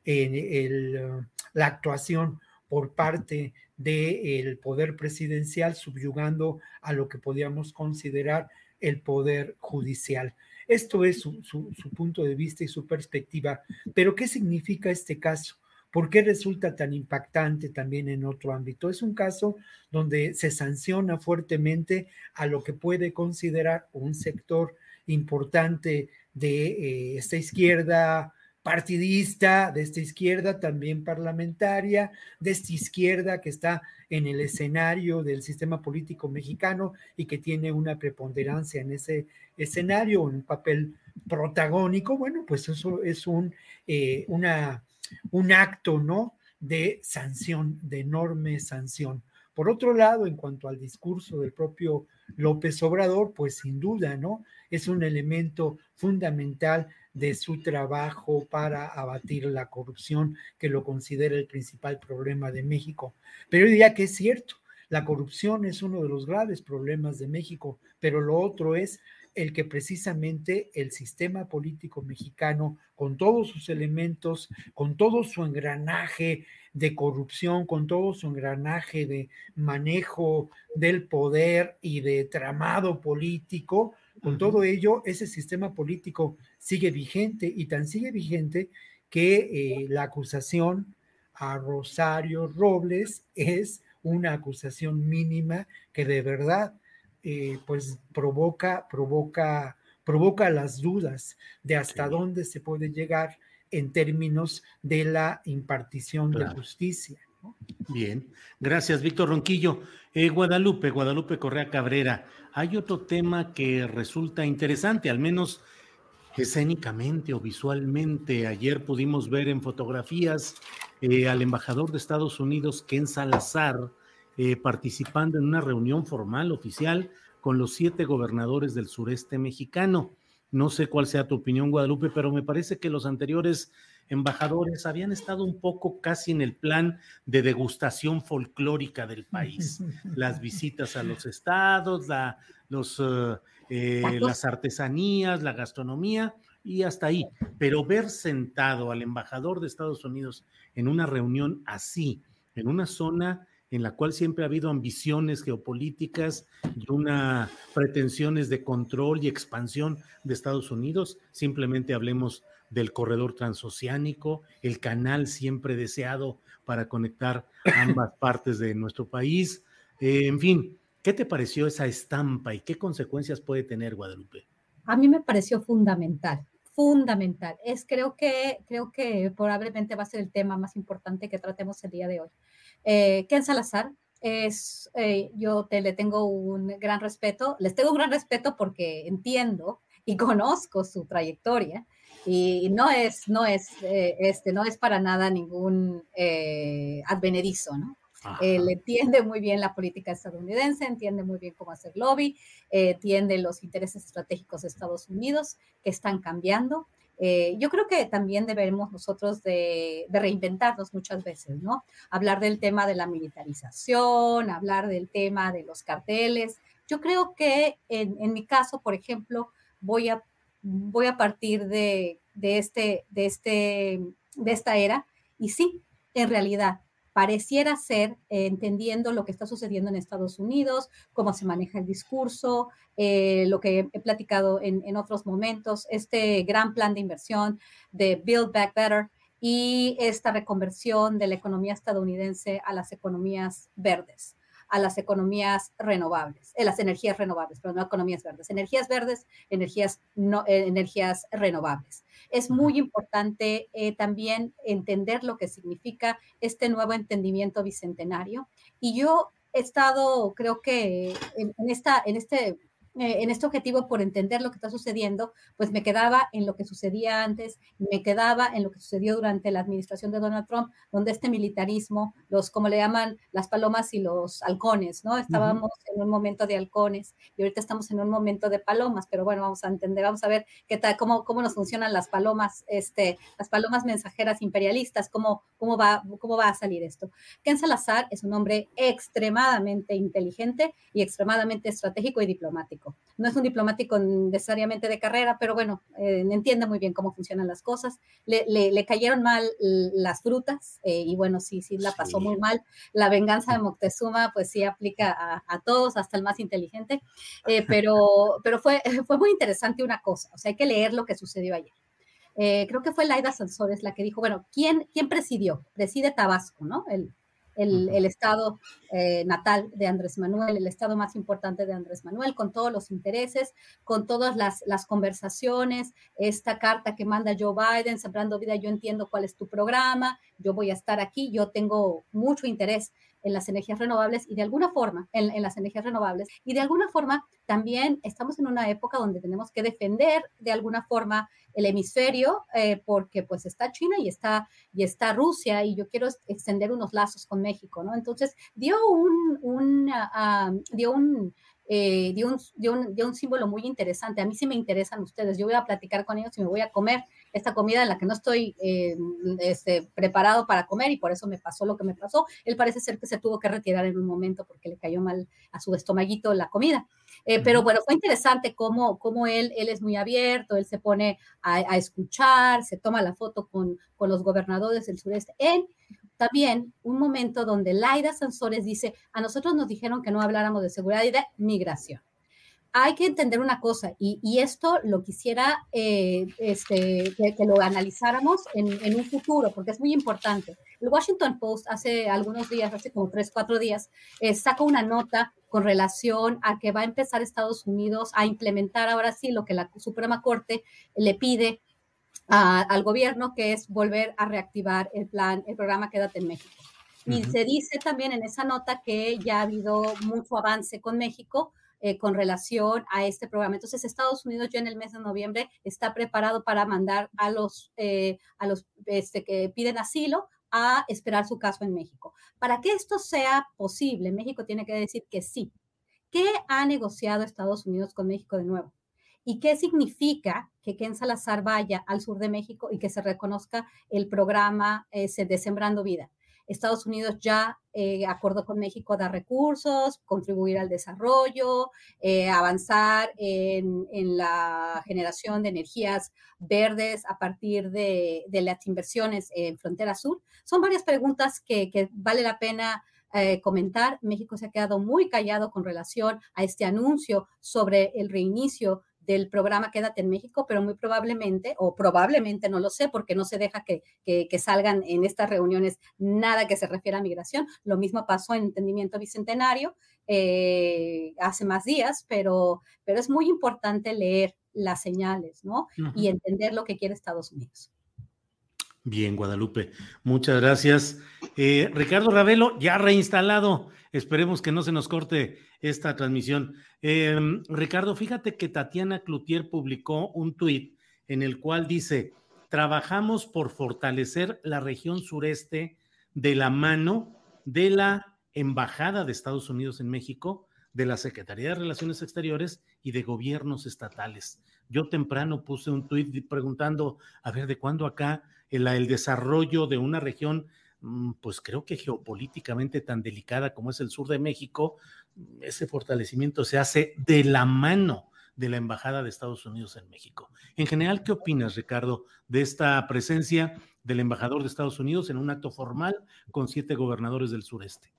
la actuación por parte del poder presidencial subyugando a lo que podríamos considerar el poder judicial. Esto es su punto de vista y su perspectiva. Pero ¿qué significa este caso? ¿Por qué resulta tan impactante también en otro ámbito? Es un caso donde se sanciona fuertemente a lo que puede considerar un sector importante de esta izquierda partidista, de esta izquierda también parlamentaria, de esta izquierda que está en el escenario del sistema político mexicano y que tiene una preponderancia en ese escenario, un papel protagónico. Bueno, pues eso es un acto, ¿no?, de sanción, de enorme sanción. Por otro lado, en cuanto al discurso del propio López Obrador, pues sin duda, ¿no? Es un elemento fundamental de su trabajo para abatir la corrupción, que lo considera el principal problema de México. Pero yo diría que es cierto, la corrupción es uno de los graves problemas de México, pero lo otro es el que precisamente el sistema político mexicano, con todos sus elementos, con todo su engranaje de corrupción, con todo su engranaje de manejo del poder y de tramado político, con todo ello, ese sistema político sigue vigente, y tan sigue vigente que la acusación a Rosario Robles es una acusación mínima que de verdad pues provoca las dudas de hasta dónde se puede llegar en términos de la impartición de justicia, ¿no? Bien, gracias, Víctor Ronquillo. Guadalupe Correa Cabrera, hay otro tema que resulta interesante, al menos escénicamente o visualmente. Ayer pudimos ver en fotografías al embajador de Estados Unidos, Ken Salazar, participando en una reunión formal, oficial, con los 7 gobernadores del sureste mexicano. No sé cuál sea tu opinión, Guadalupe, pero me parece que los anteriores embajadores habían estado un poco casi en el plan de degustación folclórica del país. Las visitas a los estados, las artesanías, la gastronomía y hasta ahí. Pero ver sentado al embajador de Estados Unidos en una reunión así, en una zona en la cual siempre ha habido ambiciones geopolíticas y una pretensiones de control y expansión de Estados Unidos, simplemente hablemos del corredor transoceánico, el canal siempre deseado para conectar ambas partes de nuestro país. En fin, ¿qué te pareció esa estampa y qué consecuencias puede tener, Guadalupe? A mí me pareció fundamental. Creo que probablemente va a ser el tema más importante que tratemos el día de hoy. Ken Salazar le tengo un gran respeto. Les tengo un gran respeto porque entiendo y conozco su trayectoria, y no es para nada ningún advenedizo, ¿no? Él entiende muy bien la política estadounidense, entiende muy bien cómo hacer lobby, entiende los intereses estratégicos de Estados Unidos que están cambiando. Yo creo que también debemos nosotros de reinventarnos muchas veces, ¿no? Hablar del tema de la militarización, hablar del tema de los carteles. Yo creo que en mi caso, por ejemplo, voy a partir de esta era, y sí, en realidad, pareciera ser, entendiendo lo que está sucediendo en Estados Unidos, cómo se maneja el discurso, lo que he platicado en otros momentos, este gran plan de inversión de Build Back Better y esta reconversión de la economía estadounidense a las economías verdes, a las economías renovables, las energías renovables, pero no economías verdes, energías renovables. Es muy importante también entender lo que significa este nuevo entendimiento bicentenario. Y yo he estado, creo que en este objetivo por entender lo que está sucediendo, pues me quedaba en lo que sucedía antes, me quedaba en lo que sucedió durante la administración de Donald Trump, donde este militarismo, como le llaman las palomas y los halcones, ¿no? Estábamos en un momento de halcones y ahorita estamos en un momento de palomas, pero bueno, vamos a ver qué tal, cómo nos funcionan las palomas mensajeras imperialistas, cómo va a salir esto. Ken Salazar es un hombre extremadamente inteligente y extremadamente estratégico y diplomático. No es un diplomático necesariamente de carrera, pero bueno, entiende muy bien cómo funcionan las cosas. Le cayeron mal las frutas y bueno, sí la pasó muy mal. La venganza de Moctezuma pues sí aplica a todos, hasta el más inteligente, pero fue muy interesante una cosa, o sea, hay que leer lo que sucedió ayer. Creo que fue Laida Sansores la que dijo, bueno, ¿quién presidió? Preside Tabasco, ¿no? El estado natal de Andrés Manuel, el estado más importante de Andrés Manuel, con todos los intereses, con todas las conversaciones, esta carta que manda Joe Biden, Sembrando Vida, yo entiendo cuál es tu programa, yo voy a estar aquí, yo tengo mucho interés en las energías renovables y de alguna forma, en las energías renovables, y de alguna forma también estamos en una época donde tenemos que defender de alguna forma el hemisferio, porque pues está China y está Rusia, y yo quiero extender unos lazos con México, ¿no? Entonces dio un símbolo muy interesante. A mí sí me interesan ustedes. Yo voy a platicar con ellos y me voy a comer esta comida en la que no estoy preparado para comer, y por eso me pasó lo que me pasó. Él parece ser que se tuvo que retirar en un momento porque le cayó mal a su estomaguito la comida. Pero bueno, fue interesante cómo él es muy abierto, él se pone a escuchar, se toma la foto con los gobernadores del sureste. También un momento donde Laida Sansores dice, a nosotros nos dijeron que no habláramos de seguridad y de migración. Hay que entender una cosa, y esto lo quisiera que lo analizáramos en un futuro, porque es muy importante. El Washington Post hace algunos días, hace como 3-4 días, saca una nota con relación a que va a empezar Estados Unidos a implementar ahora sí lo que la Suprema Corte le pide al gobierno, que es volver a reactivar el programa Quédate en México. Y se dice también en esa nota que ya ha habido mucho avance con México con relación a este programa. Entonces, Estados Unidos ya en el mes de noviembre está preparado para mandar a los que piden asilo a esperar su caso en México. Para que esto sea posible, México tiene que decir que sí. ¿Qué ha negociado Estados Unidos con México de nuevo? ¿Y qué significa que Ken Salazar vaya al sur de México y que se reconozca el programa de Sembrando Vida? Estados Unidos ya acordó con México dar recursos, contribuir al desarrollo, avanzar en la generación de energías verdes a partir de las inversiones en Frontera Sur. Son varias preguntas que vale la pena comentar. México se ha quedado muy callado con relación a este anuncio sobre el reinicio del programa Quédate en México, pero muy probablemente, o probablemente, no lo sé, porque no se deja que salgan en estas reuniones nada que se refiera a migración. Lo mismo pasó en Entendimiento Bicentenario hace más días, pero es muy importante leer las señales, ¿no? Y entender lo que quiere Estados Unidos. Bien, Guadalupe, muchas gracias. Ricardo Ravelo, ya reinstalado. Esperemos que no se nos corte esta transmisión. Ricardo, fíjate que Tatiana Cloutier publicó un tuit en el cual dice: trabajamos por fortalecer la región sureste de la mano de la Embajada de Estados Unidos en México, de la Secretaría de Relaciones Exteriores y de gobiernos estatales. Yo temprano puse un tuit preguntando, a ver, ¿de cuándo acá el desarrollo de una región, pues creo que geopolíticamente tan delicada como es el sur de México, ese fortalecimiento se hace de la mano de la Embajada de Estados Unidos en México? En general, ¿qué opinas, Ricardo, de esta presencia del embajador de Estados Unidos en un acto formal con 7 gobernadores del sureste?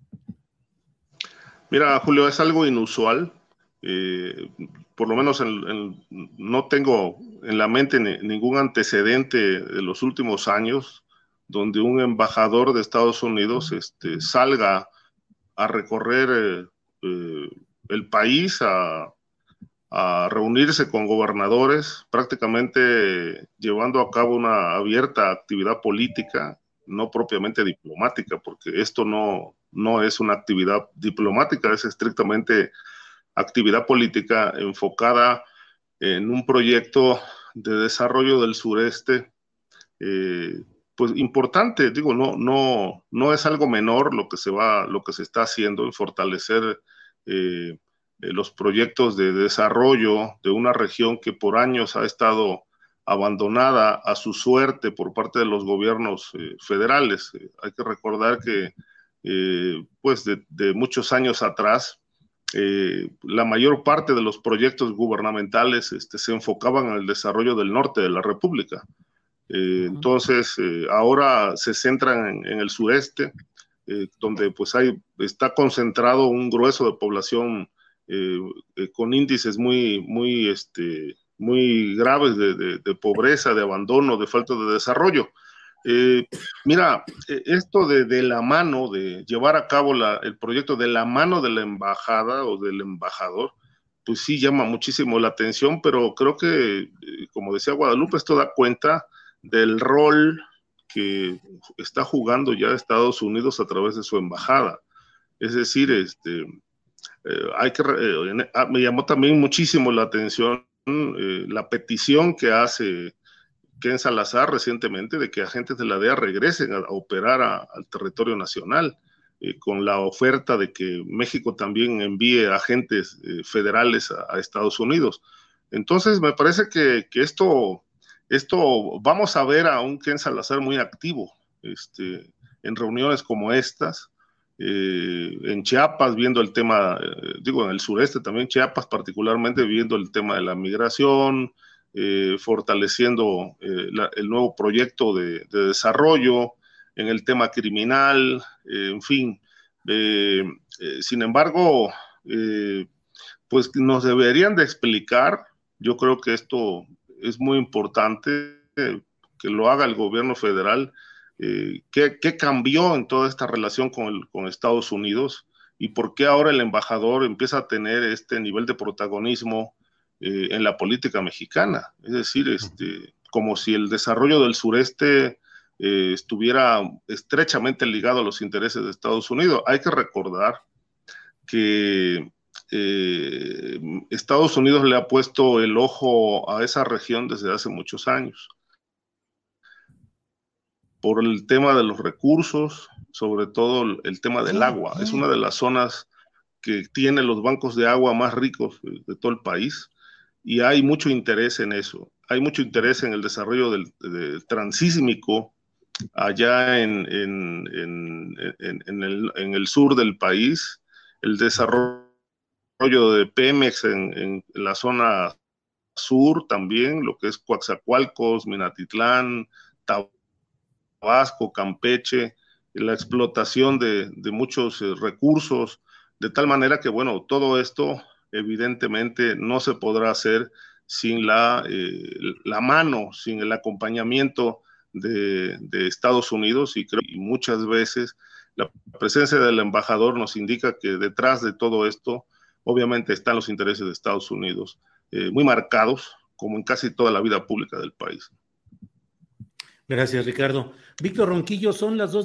Mira, Julio, es algo inusual. Por lo menos no tengo en la mente ningún antecedente de los últimos años donde un embajador de Estados Unidos salga a recorrer el país, a reunirse con gobernadores, prácticamente llevando a cabo una abierta actividad política, no propiamente diplomática, porque esto no es una actividad diplomática, es estrictamente actividad política enfocada en un proyecto de desarrollo del sureste, pues importante. Digo, no es algo menor lo que se está haciendo en fortalecer los proyectos de desarrollo de una región que por años ha estado abandonada a su suerte por parte de los gobiernos federales. Hay que recordar que pues de muchos años atrás, la mayor parte de los proyectos gubernamentales se enfocaban en el desarrollo del norte de la República. Entonces, ahora se centran en el sureste, donde pues está concentrado un grueso de población con índices muy graves de pobreza, de abandono, de falta de desarrollo. Mira, esto de la mano, de llevar a cabo el proyecto de la mano de la embajada o del embajador, pues sí llama muchísimo la atención, pero creo que, como decía Guadalupe, esto da cuenta del rol que está jugando ya Estados Unidos a través de su embajada. Es decir, me llamó también muchísimo la atención la petición que hace Ken Salazar recientemente de que agentes de la DEA regresen a operar al territorio nacional, con la oferta de que México también envíe agentes federales a Estados Unidos. Entonces, me parece que esto vamos a ver a un Ken Salazar muy activo en reuniones como estas, en Chiapas viendo el tema, en el sureste también, Chiapas particularmente viendo el tema de la migración, fortaleciendo el nuevo proyecto de desarrollo, en el tema criminal, en fin. Sin embargo, pues nos deberían de explicar, yo creo que esto es muy importante, que lo haga el gobierno federal, qué cambió en toda esta relación con Estados Unidos y por qué ahora el embajador empieza a tener este nivel de protagonismo en la política mexicana. Es decir, como si el desarrollo del sureste estuviera estrechamente ligado a los intereses de Estados Unidos. Hay que recordar que Estados Unidos le ha puesto el ojo a esa región desde hace muchos años, por el tema de los recursos, sobre todo el tema del agua. Es una de las zonas que tiene los bancos de agua más ricos de todo el país, y hay mucho interés en eso. Hay mucho interés en el desarrollo del transísmico allá en el sur del país, el desarrollo de Pemex en la zona sur también, lo que es Coatzacoalcos, Minatitlán, Tabasco, Campeche, la explotación de muchos recursos, de tal manera que, bueno, todo esto evidentemente no se podrá hacer sin la mano, sin el acompañamiento de Estados Unidos, y creo que muchas veces la presencia del embajador nos indica que detrás de todo esto obviamente están los intereses de Estados Unidos, muy marcados, como en casi toda la vida pública del país. Gracias, Ricardo. Víctor Ronquillo, son las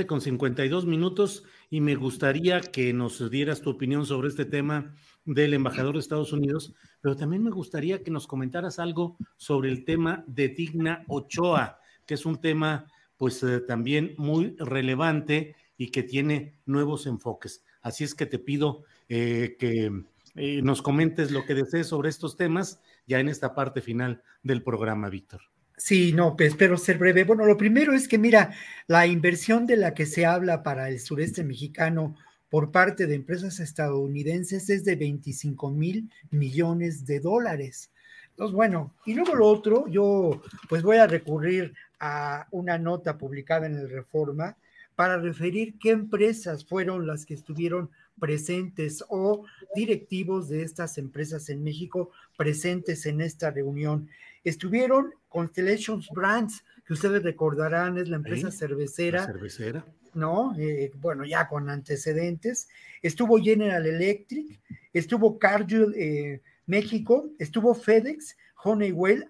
2:52 p.m. y me gustaría que nos dieras tu opinión sobre este tema del embajador de Estados Unidos, pero también me gustaría que nos comentaras algo sobre el tema de Digna Ochoa, que es un tema pues también muy relevante y que tiene nuevos enfoques. Así es que te pido que nos comentes lo que desees sobre estos temas ya en esta parte final del programa, Víctor. Sí, no, pues espero ser breve. Bueno, lo primero es que, mira, la inversión de la que se habla para el sureste mexicano por parte de empresas estadounidenses es de 25,000 millones de dólares. Entonces, bueno, y luego lo otro, yo pues voy a recurrir a una nota publicada en el Reforma para referir qué empresas fueron las que estuvieron presentes o directivos de estas empresas en México presentes en esta reunión. Estuvieron Constellations Brands, que ustedes recordarán, es la empresa cervecera. La cervecera. ¿No? Bueno, ya con antecedentes. Estuvo General Electric, estuvo Cargill México, estuvo FedEx, Honeywell,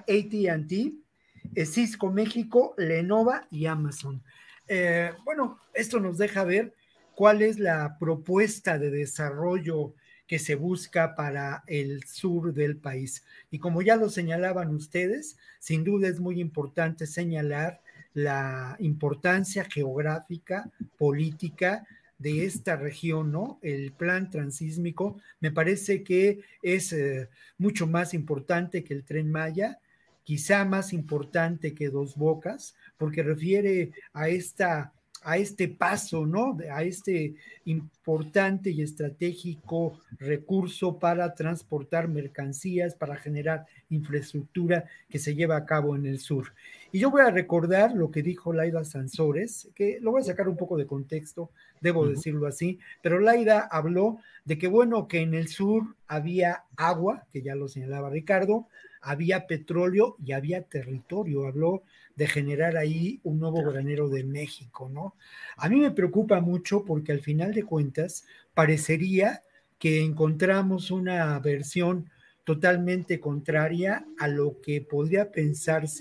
AT&T, Cisco México, Lenovo y Amazon. Bueno, esto nos deja ver cuál es la propuesta de desarrollo que se busca para el sur del país. Y como ya lo señalaban ustedes, sin duda es muy importante señalar la importancia geográfica, política de esta región, ¿no? El plan transísmico me parece que es mucho más importante que el Tren Maya, quizá más importante que Dos Bocas, porque refiere a este paso, ¿no? A este importante y estratégico recurso para transportar mercancías, para generar infraestructura que se lleva a cabo en el sur. Y yo voy a recordar lo que dijo Laida Sansores, que lo voy a sacar un poco de contexto, debo decirlo así, pero Laida habló de que, bueno, que en el sur había agua, que ya lo señalaba Ricardo, había petróleo y había territorio. Habló de generar ahí un nuevo granero de México, ¿no? A mí me preocupa mucho porque al final de cuentas parecería que encontramos una versión totalmente contraria a lo que podría pensarse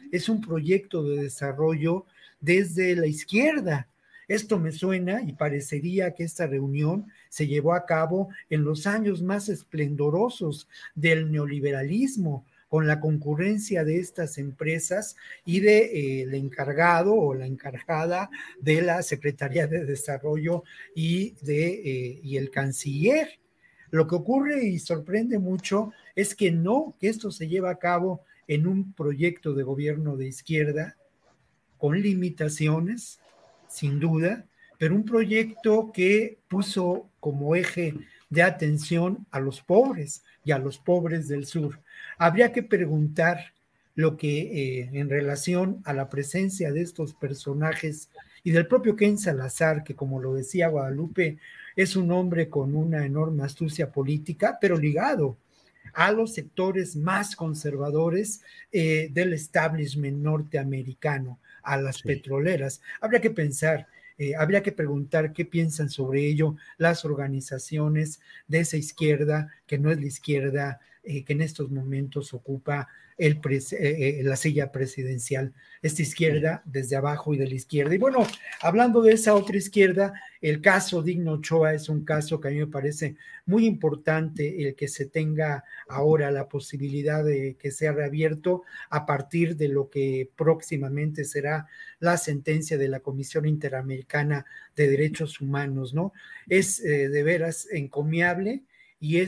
es un proyecto de desarrollo desde la izquierda. Esto me suena y parecería que esta reunión se llevó a cabo en los años más esplendorosos del neoliberalismo, con la concurrencia de estas empresas y de el encargado o la encargada de la Secretaría de Desarrollo y el canciller. Lo que ocurre y sorprende mucho es que esto se lleva a cabo en un proyecto de gobierno de izquierda con limitaciones, sin duda, pero un proyecto que puso como eje de atención a los pobres y a los pobres del sur. Habría que preguntar lo que en relación a la presencia de estos personajes y del propio Ken Salazar, que como lo decía Guadalupe, es un hombre con una enorme astucia política, pero ligado a los sectores más conservadores del establishment norteamericano, a las petroleras. Habría que pensar, habría que preguntar qué piensan sobre ello las organizaciones de esa izquierda, que no es la izquierda que en estos momentos ocupa la silla presidencial, esta izquierda desde abajo y de la izquierda. Y bueno, hablando de esa otra izquierda, el caso Digna Ochoa es un caso que a mí me parece muy importante el que se tenga ahora la posibilidad de que sea reabierto a partir de lo que próximamente será la sentencia de la Comisión Interamericana de Derechos Humanos, ¿no? Es de veras encomiable. Y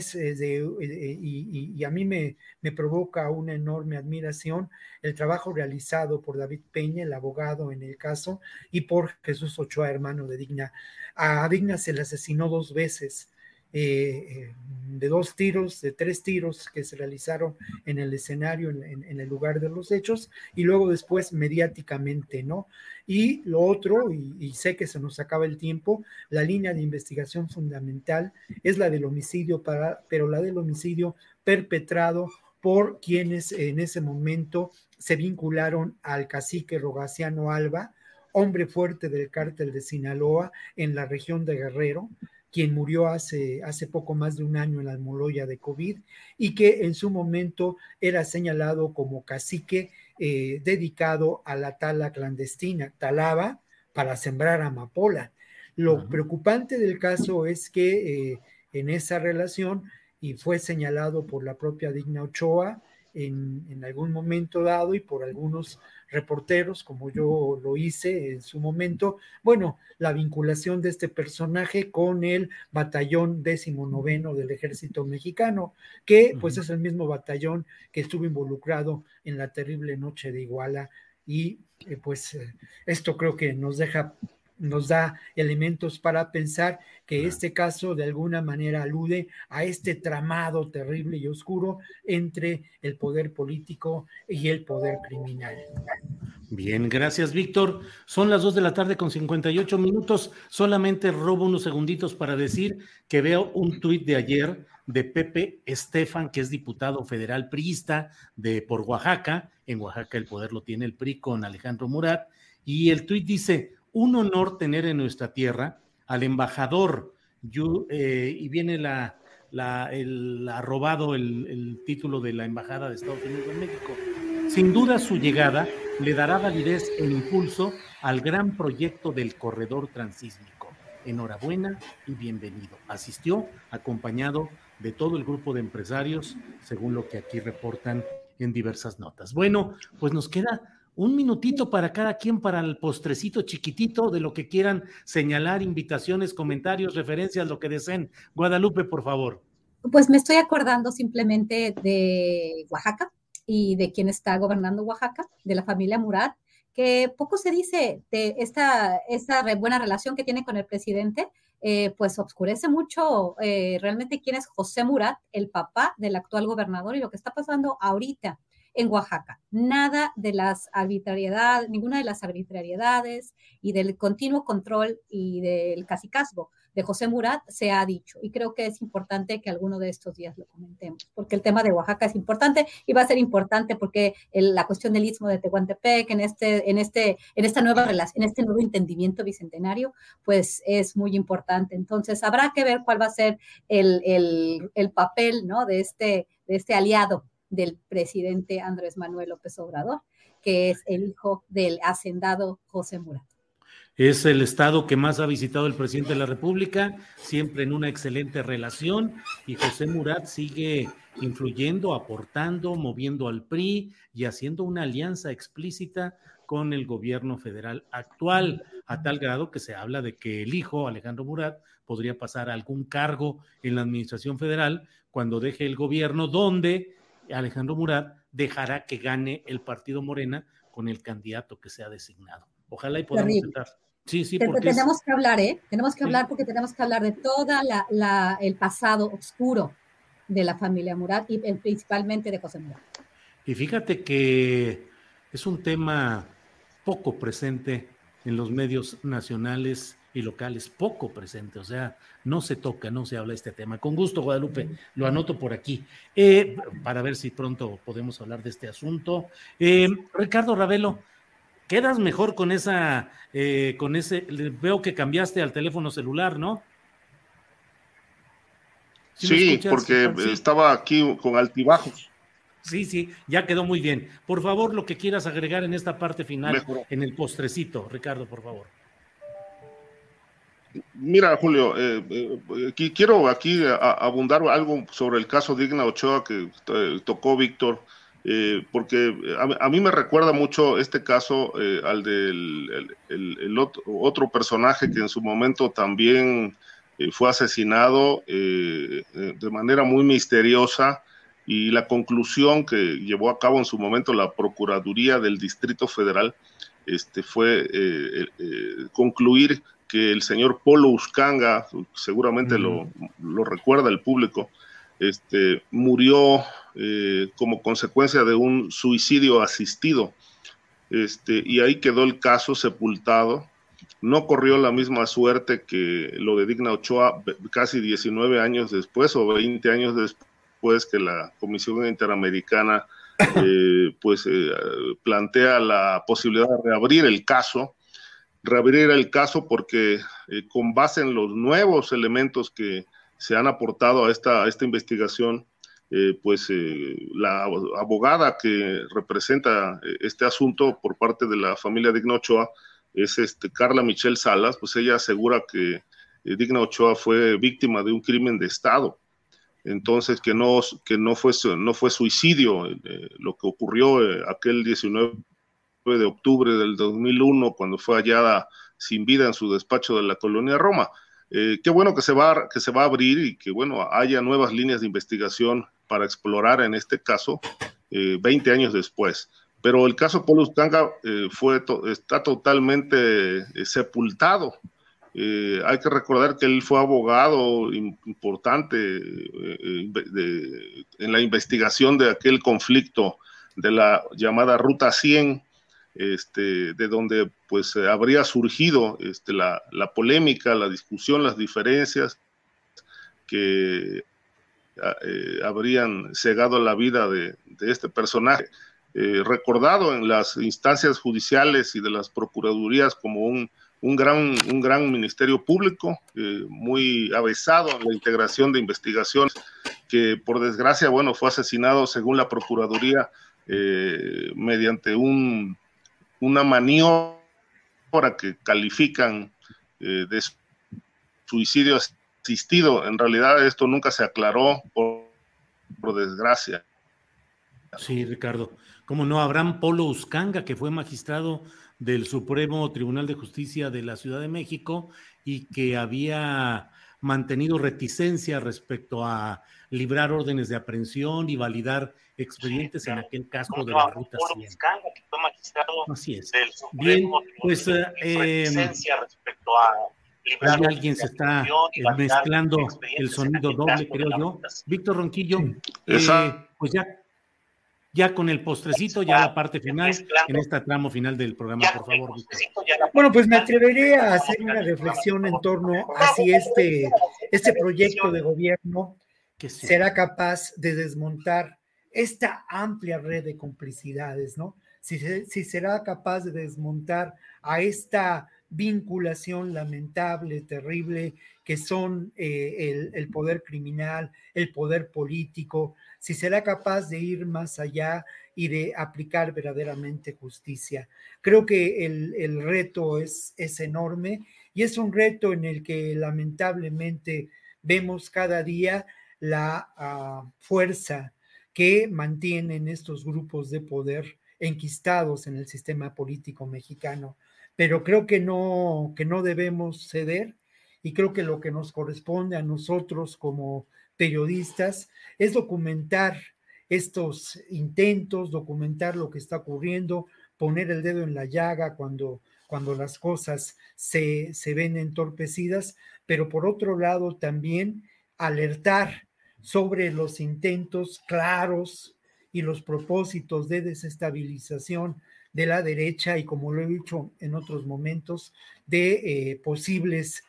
y a mí me provoca una enorme admiración el trabajo realizado por David Peña, el abogado en el caso, y por Jesús Ochoa, hermano de Digna. A Digna se le asesinó 2 veces, de 2 tiros, de 3 tiros que se realizaron en el escenario, en el lugar de los hechos, y luego después mediáticamente, ¿no? Y lo otro, y sé que se nos acaba el tiempo, la línea de investigación fundamental es la del homicidio, pero la del homicidio perpetrado por quienes en ese momento se vincularon al cacique Rogaciano Alba, hombre fuerte del cártel de Sinaloa en la región de Guerrero, quien murió hace poco más de un año en la Almoloya de COVID y que en su momento era señalado como cacique dedicado a la tala clandestina, talaba para sembrar amapola. Lo preocupante del caso es que en esa relación, y fue señalado por la propia Digna Ochoa en algún momento dado y por algunos reporteros, como yo lo hice en su momento, bueno, la vinculación de este personaje con el batallón 19º del Ejército Mexicano, que pues es el mismo batallón que estuvo involucrado en la terrible noche de Iguala, y esto creo que nos da elementos para pensar que este caso de alguna manera alude a este tramado terrible y oscuro entre el poder político y el poder criminal. Bien, gracias, Víctor. Son las 2:58 p.m. Solamente robo unos segunditos para decir que veo un tuit de ayer de Pepe Estefan, que es diputado federal priista por Oaxaca. En Oaxaca el poder lo tiene el PRI con Alejandro Murat. Y el tuit dice: un honor tener en nuestra tierra al embajador, y viene arrobado el título de la embajada de Estados Unidos en México. Sin duda su llegada le dará validez e impulso al gran proyecto del corredor transísmico. Enhorabuena y bienvenido. Asistió acompañado de todo el grupo de empresarios, según lo que aquí reportan en diversas notas. Bueno, pues nos queda un minutito para cada quien, para el postrecito chiquitito de lo que quieran señalar, invitaciones, comentarios, referencias, lo que deseen. Guadalupe, por favor. Pues me estoy acordando simplemente de Oaxaca y de quien está gobernando Oaxaca, de la familia Murat, que poco se dice de esta buena relación que tiene con el presidente, pues oscurece mucho realmente quién es José Murat, el papá del actual gobernador, y lo que está pasando ahorita en Oaxaca. Nada de las arbitrariedades, ninguna de las arbitrariedades y del continuo control y del cacicazgo de José Murat se ha dicho, y creo que es importante que alguno de estos días lo comentemos, porque el tema de Oaxaca es importante y va a ser importante porque la cuestión del Istmo de Tehuantepec en esta nueva relación, en este nuevo entendimiento bicentenario, pues es muy importante. Entonces habrá que ver cuál va a ser el papel, ¿no?, de este aliado del presidente Andrés Manuel López Obrador, que es el hijo del hacendado José Murat. Es el estado que más ha visitado el presidente de la República, siempre en una excelente relación, y José Murat sigue influyendo, aportando, moviendo al PRI y haciendo una alianza explícita con el gobierno federal actual, a tal grado que se habla de que el hijo, Alejandro Murat, podría pasar a algún cargo en la administración federal cuando deje el gobierno, donde Alejandro Murat dejará que gane el partido Morena con el candidato que sea designado. Ojalá y podamos estar. Sí, porque tenemos que hablar, tenemos que hablar porque tenemos que hablar de toda el pasado oscuro de la familia Murat y principalmente de José Murat. Y fíjate que es un tema poco presente en los medios nacionales y locales, poco presente, o sea, no se toca, no se habla de este tema. Con gusto, Guadalupe, lo anoto por aquí, para ver si pronto podemos hablar de este asunto. Ricardo Ravelo, quedas mejor con ese, veo que cambiaste al teléfono celular, ¿no? Sí, porque estaba aquí con altibajos. Sí, ya quedó muy bien. Por favor, lo que quieras agregar en esta parte final, Mejor. En el postrecito, Ricardo, por favor. Mira, Julio, quiero abundar algo sobre el caso Digna Ochoa que tocó Víctor, porque a mí me recuerda mucho este caso al del otro personaje que en su momento también fue asesinado de manera muy misteriosa, y la conclusión que llevó a cabo en su momento la Procuraduría del Distrito Federal fue concluir que el señor Polo Uscanga, seguramente lo recuerda el público, murió como consecuencia de un suicidio asistido, y ahí quedó el caso sepultado. No corrió la misma suerte que lo de Digna Ochoa casi 19 años después o 20 años después, que la Comisión Interamericana plantea la posibilidad de reabrir el caso porque con base en los nuevos elementos que se han aportado a esta investigación, la abogada que representa este asunto por parte de la familia Digna Ochoa es Carla Michelle Salas. Pues ella asegura que Digna Ochoa fue víctima de un crimen de Estado. Entonces, que no fue suicidio lo que ocurrió aquel 19 de octubre del 2001, cuando fue hallada sin vida en su despacho de la colonia Roma. Qué bueno que se va a abrir y que haya nuevas líneas de investigación para explorar en este caso 20 años después. Pero el caso Polo Uscanga está totalmente sepultado. Hay que recordar que él fue abogado importante en la investigación de aquel conflicto de la llamada Ruta 100, de donde habría surgido la polémica, la discusión, las diferencias que habrían cegado la vida de este personaje, recordado en las instancias judiciales y de las procuradurías como un gran ministerio público, muy avesado en la integración de investigaciones, que por desgracia, fue asesinado según la Procuraduría mediante una maniobra que califican de suicidio asistido. En realidad esto nunca se aclaró, por desgracia. Sí, Ricardo. ¿Cómo no? Abraham Polo Uscanga, que fue magistrado del Supremo Tribunal de Justicia de la Ciudad de México y que había mantenido reticencia respecto a librar órdenes de aprehensión y validar expedientes en aquel caso de la Ruta 100. Así es. Bien, pues alguien se está mezclando el sonido doble, creo yo. Víctor Ronquillo, pues ya con el postrecito, ya la parte final, en este tramo final del programa, por favor, Víctor. Bueno, pues me atreveré a hacer una reflexión en torno a si este proyecto de gobierno será capaz de desmontar esta amplia red de complicidades, ¿no? Si será capaz de desmontar a esta vinculación lamentable, terrible, que son el poder criminal, el poder político, si será capaz de ir más allá y de aplicar verdaderamente justicia. Creo que el reto es enorme y es un reto en el que lamentablemente vemos cada día la fuerza que mantienen estos grupos de poder enquistados en el sistema político mexicano. Pero creo que no debemos ceder, y creo que lo que nos corresponde a nosotros como periodistas es documentar estos intentos, documentar lo que está ocurriendo, poner el dedo en la llaga cuando las cosas se ven entorpecidas, pero por otro lado también alertar sobre los intentos claros y los propósitos de desestabilización de la derecha y, como lo he dicho en otros momentos, de posibles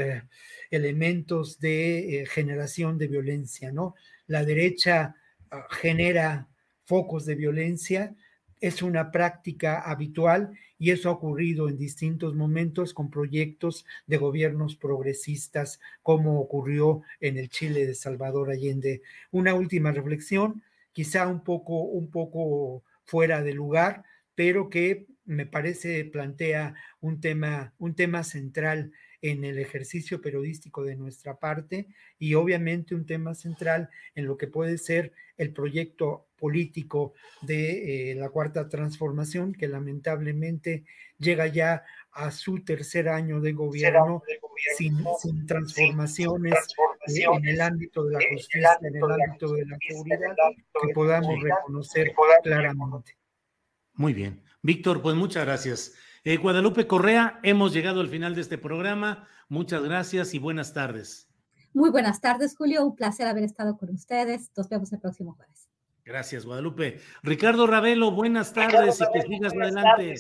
elementos de generación de violencia, ¿no? La derecha genera focos de violencia, es una práctica habitual y eso ha ocurrido en distintos momentos con proyectos de gobiernos progresistas, como ocurrió en el Chile de Salvador Allende. Una última reflexión, quizá un poco fuera de lugar, pero que me parece plantea un tema central en el ejercicio periodístico de nuestra parte y obviamente un tema central en lo que puede ser el proyecto político de la Cuarta Transformación, que lamentablemente llega ya a su tercer año de gobierno sin transformaciones en el ámbito de la justicia, en el ámbito de la seguridad, que podamos reconocer claramente. Muy bien. Víctor, pues muchas gracias. Guadalupe Correa, hemos llegado al final de este programa. Muchas gracias y buenas tardes. Muy buenas tardes, Julio. Un placer haber estado con ustedes. Nos vemos el próximo jueves. Gracias, Guadalupe. Ricardo Ravelo, buenas tardes y que sigas adelante.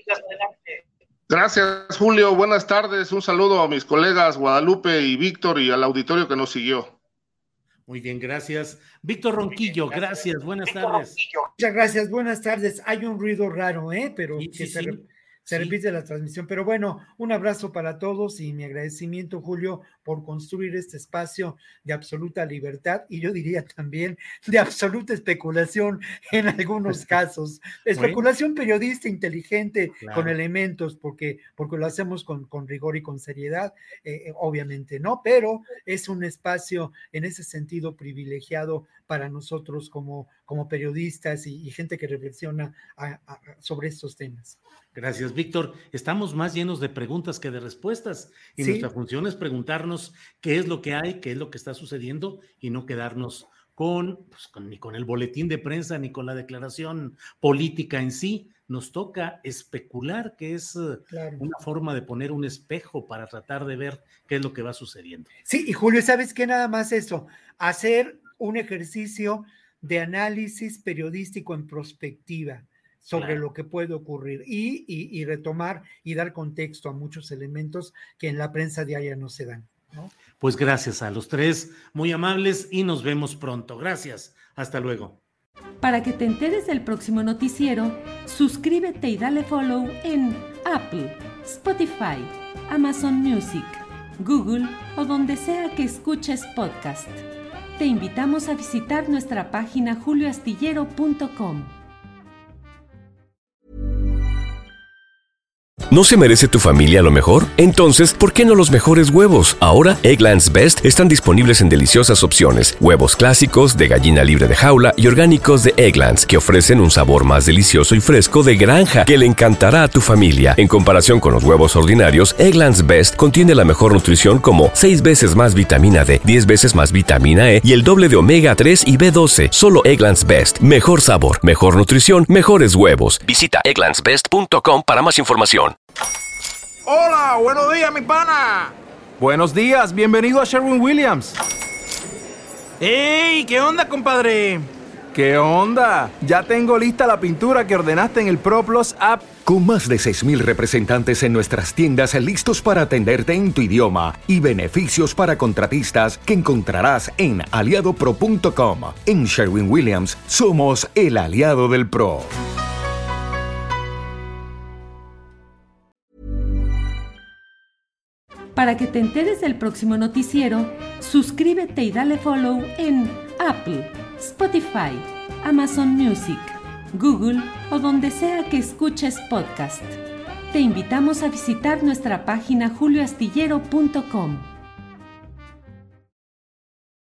Gracias, Julio. Buenas tardes. Un saludo a mis colegas Guadalupe y Víctor y al auditorio que nos siguió. Muy bien, gracias. Víctor Ronquillo, gracias. Buenas tardes. Muchas gracias. Buenas tardes. Hay un ruido raro, pero sí, que se repite la transmisión. Pero bueno, un abrazo para todos y mi agradecimiento, Julio, por construir este espacio de absoluta libertad y yo diría también de absoluta especulación en algunos casos. Especulación periodista inteligente, claro, con elementos, porque lo hacemos con rigor y con seriedad, obviamente, ¿no? Pero es un espacio en ese sentido privilegiado para nosotros como periodistas y gente que reflexiona sobre estos temas. Gracias, Víctor. Estamos más llenos de preguntas que de respuestas y ¿sí? Nuestra función es preguntarnos qué es lo que hay, qué es lo que está sucediendo y no quedarnos ni con el boletín de prensa ni con la declaración política en sí. Nos toca especular, que es claro, una forma de poner un espejo para tratar de ver qué es lo que va sucediendo. Sí, y Julio, ¿sabes qué? Nada más eso, hacer un ejercicio de análisis periodístico en prospectiva sobre claro, lo que puede ocurrir y retomar y dar contexto a muchos elementos que en la prensa diaria no se dan, ¿no? Pues gracias a los tres, muy amables y nos vemos pronto. Gracias, hasta luego. Para que te enteres del próximo noticiero, suscríbete y dale follow en Apple, Spotify, Amazon Music, Google o donde sea que escuches podcast. Te invitamos a visitar nuestra página julioastillero.com. ¿No se merece tu familia lo mejor? Entonces, ¿por qué no los mejores huevos? Ahora, Eggland's Best están disponibles en deliciosas opciones. Huevos clásicos, de gallina libre de jaula y orgánicos de Eggland's, que ofrecen un sabor más delicioso y fresco de granja que le encantará a tu familia. En comparación con los huevos ordinarios, Eggland's Best contiene la mejor nutrición como 6 veces más vitamina D, 10 veces más vitamina E y el doble de omega 3 y B12. Solo Eggland's Best. Mejor sabor, mejor nutrición, mejores huevos. Visita egglandsbest.com para más información. Hola, buenos días, mi pana. Buenos días, bienvenido a Sherwin-Williams. ¡Ey! ¿Qué onda, compadre? ¿Qué onda? Ya tengo lista la pintura que ordenaste en el ProPlus app. Con más de 6,000 representantes en nuestras tiendas listos para atenderte en tu idioma y beneficios para contratistas que encontrarás en aliadopro.com. En Sherwin-Williams somos el aliado del pro. Para que te enteres del próximo noticiero, suscríbete y dale follow en Apple, Spotify, Amazon Music, Google o donde sea que escuches podcast. Te invitamos a visitar nuestra página julioastillero.com.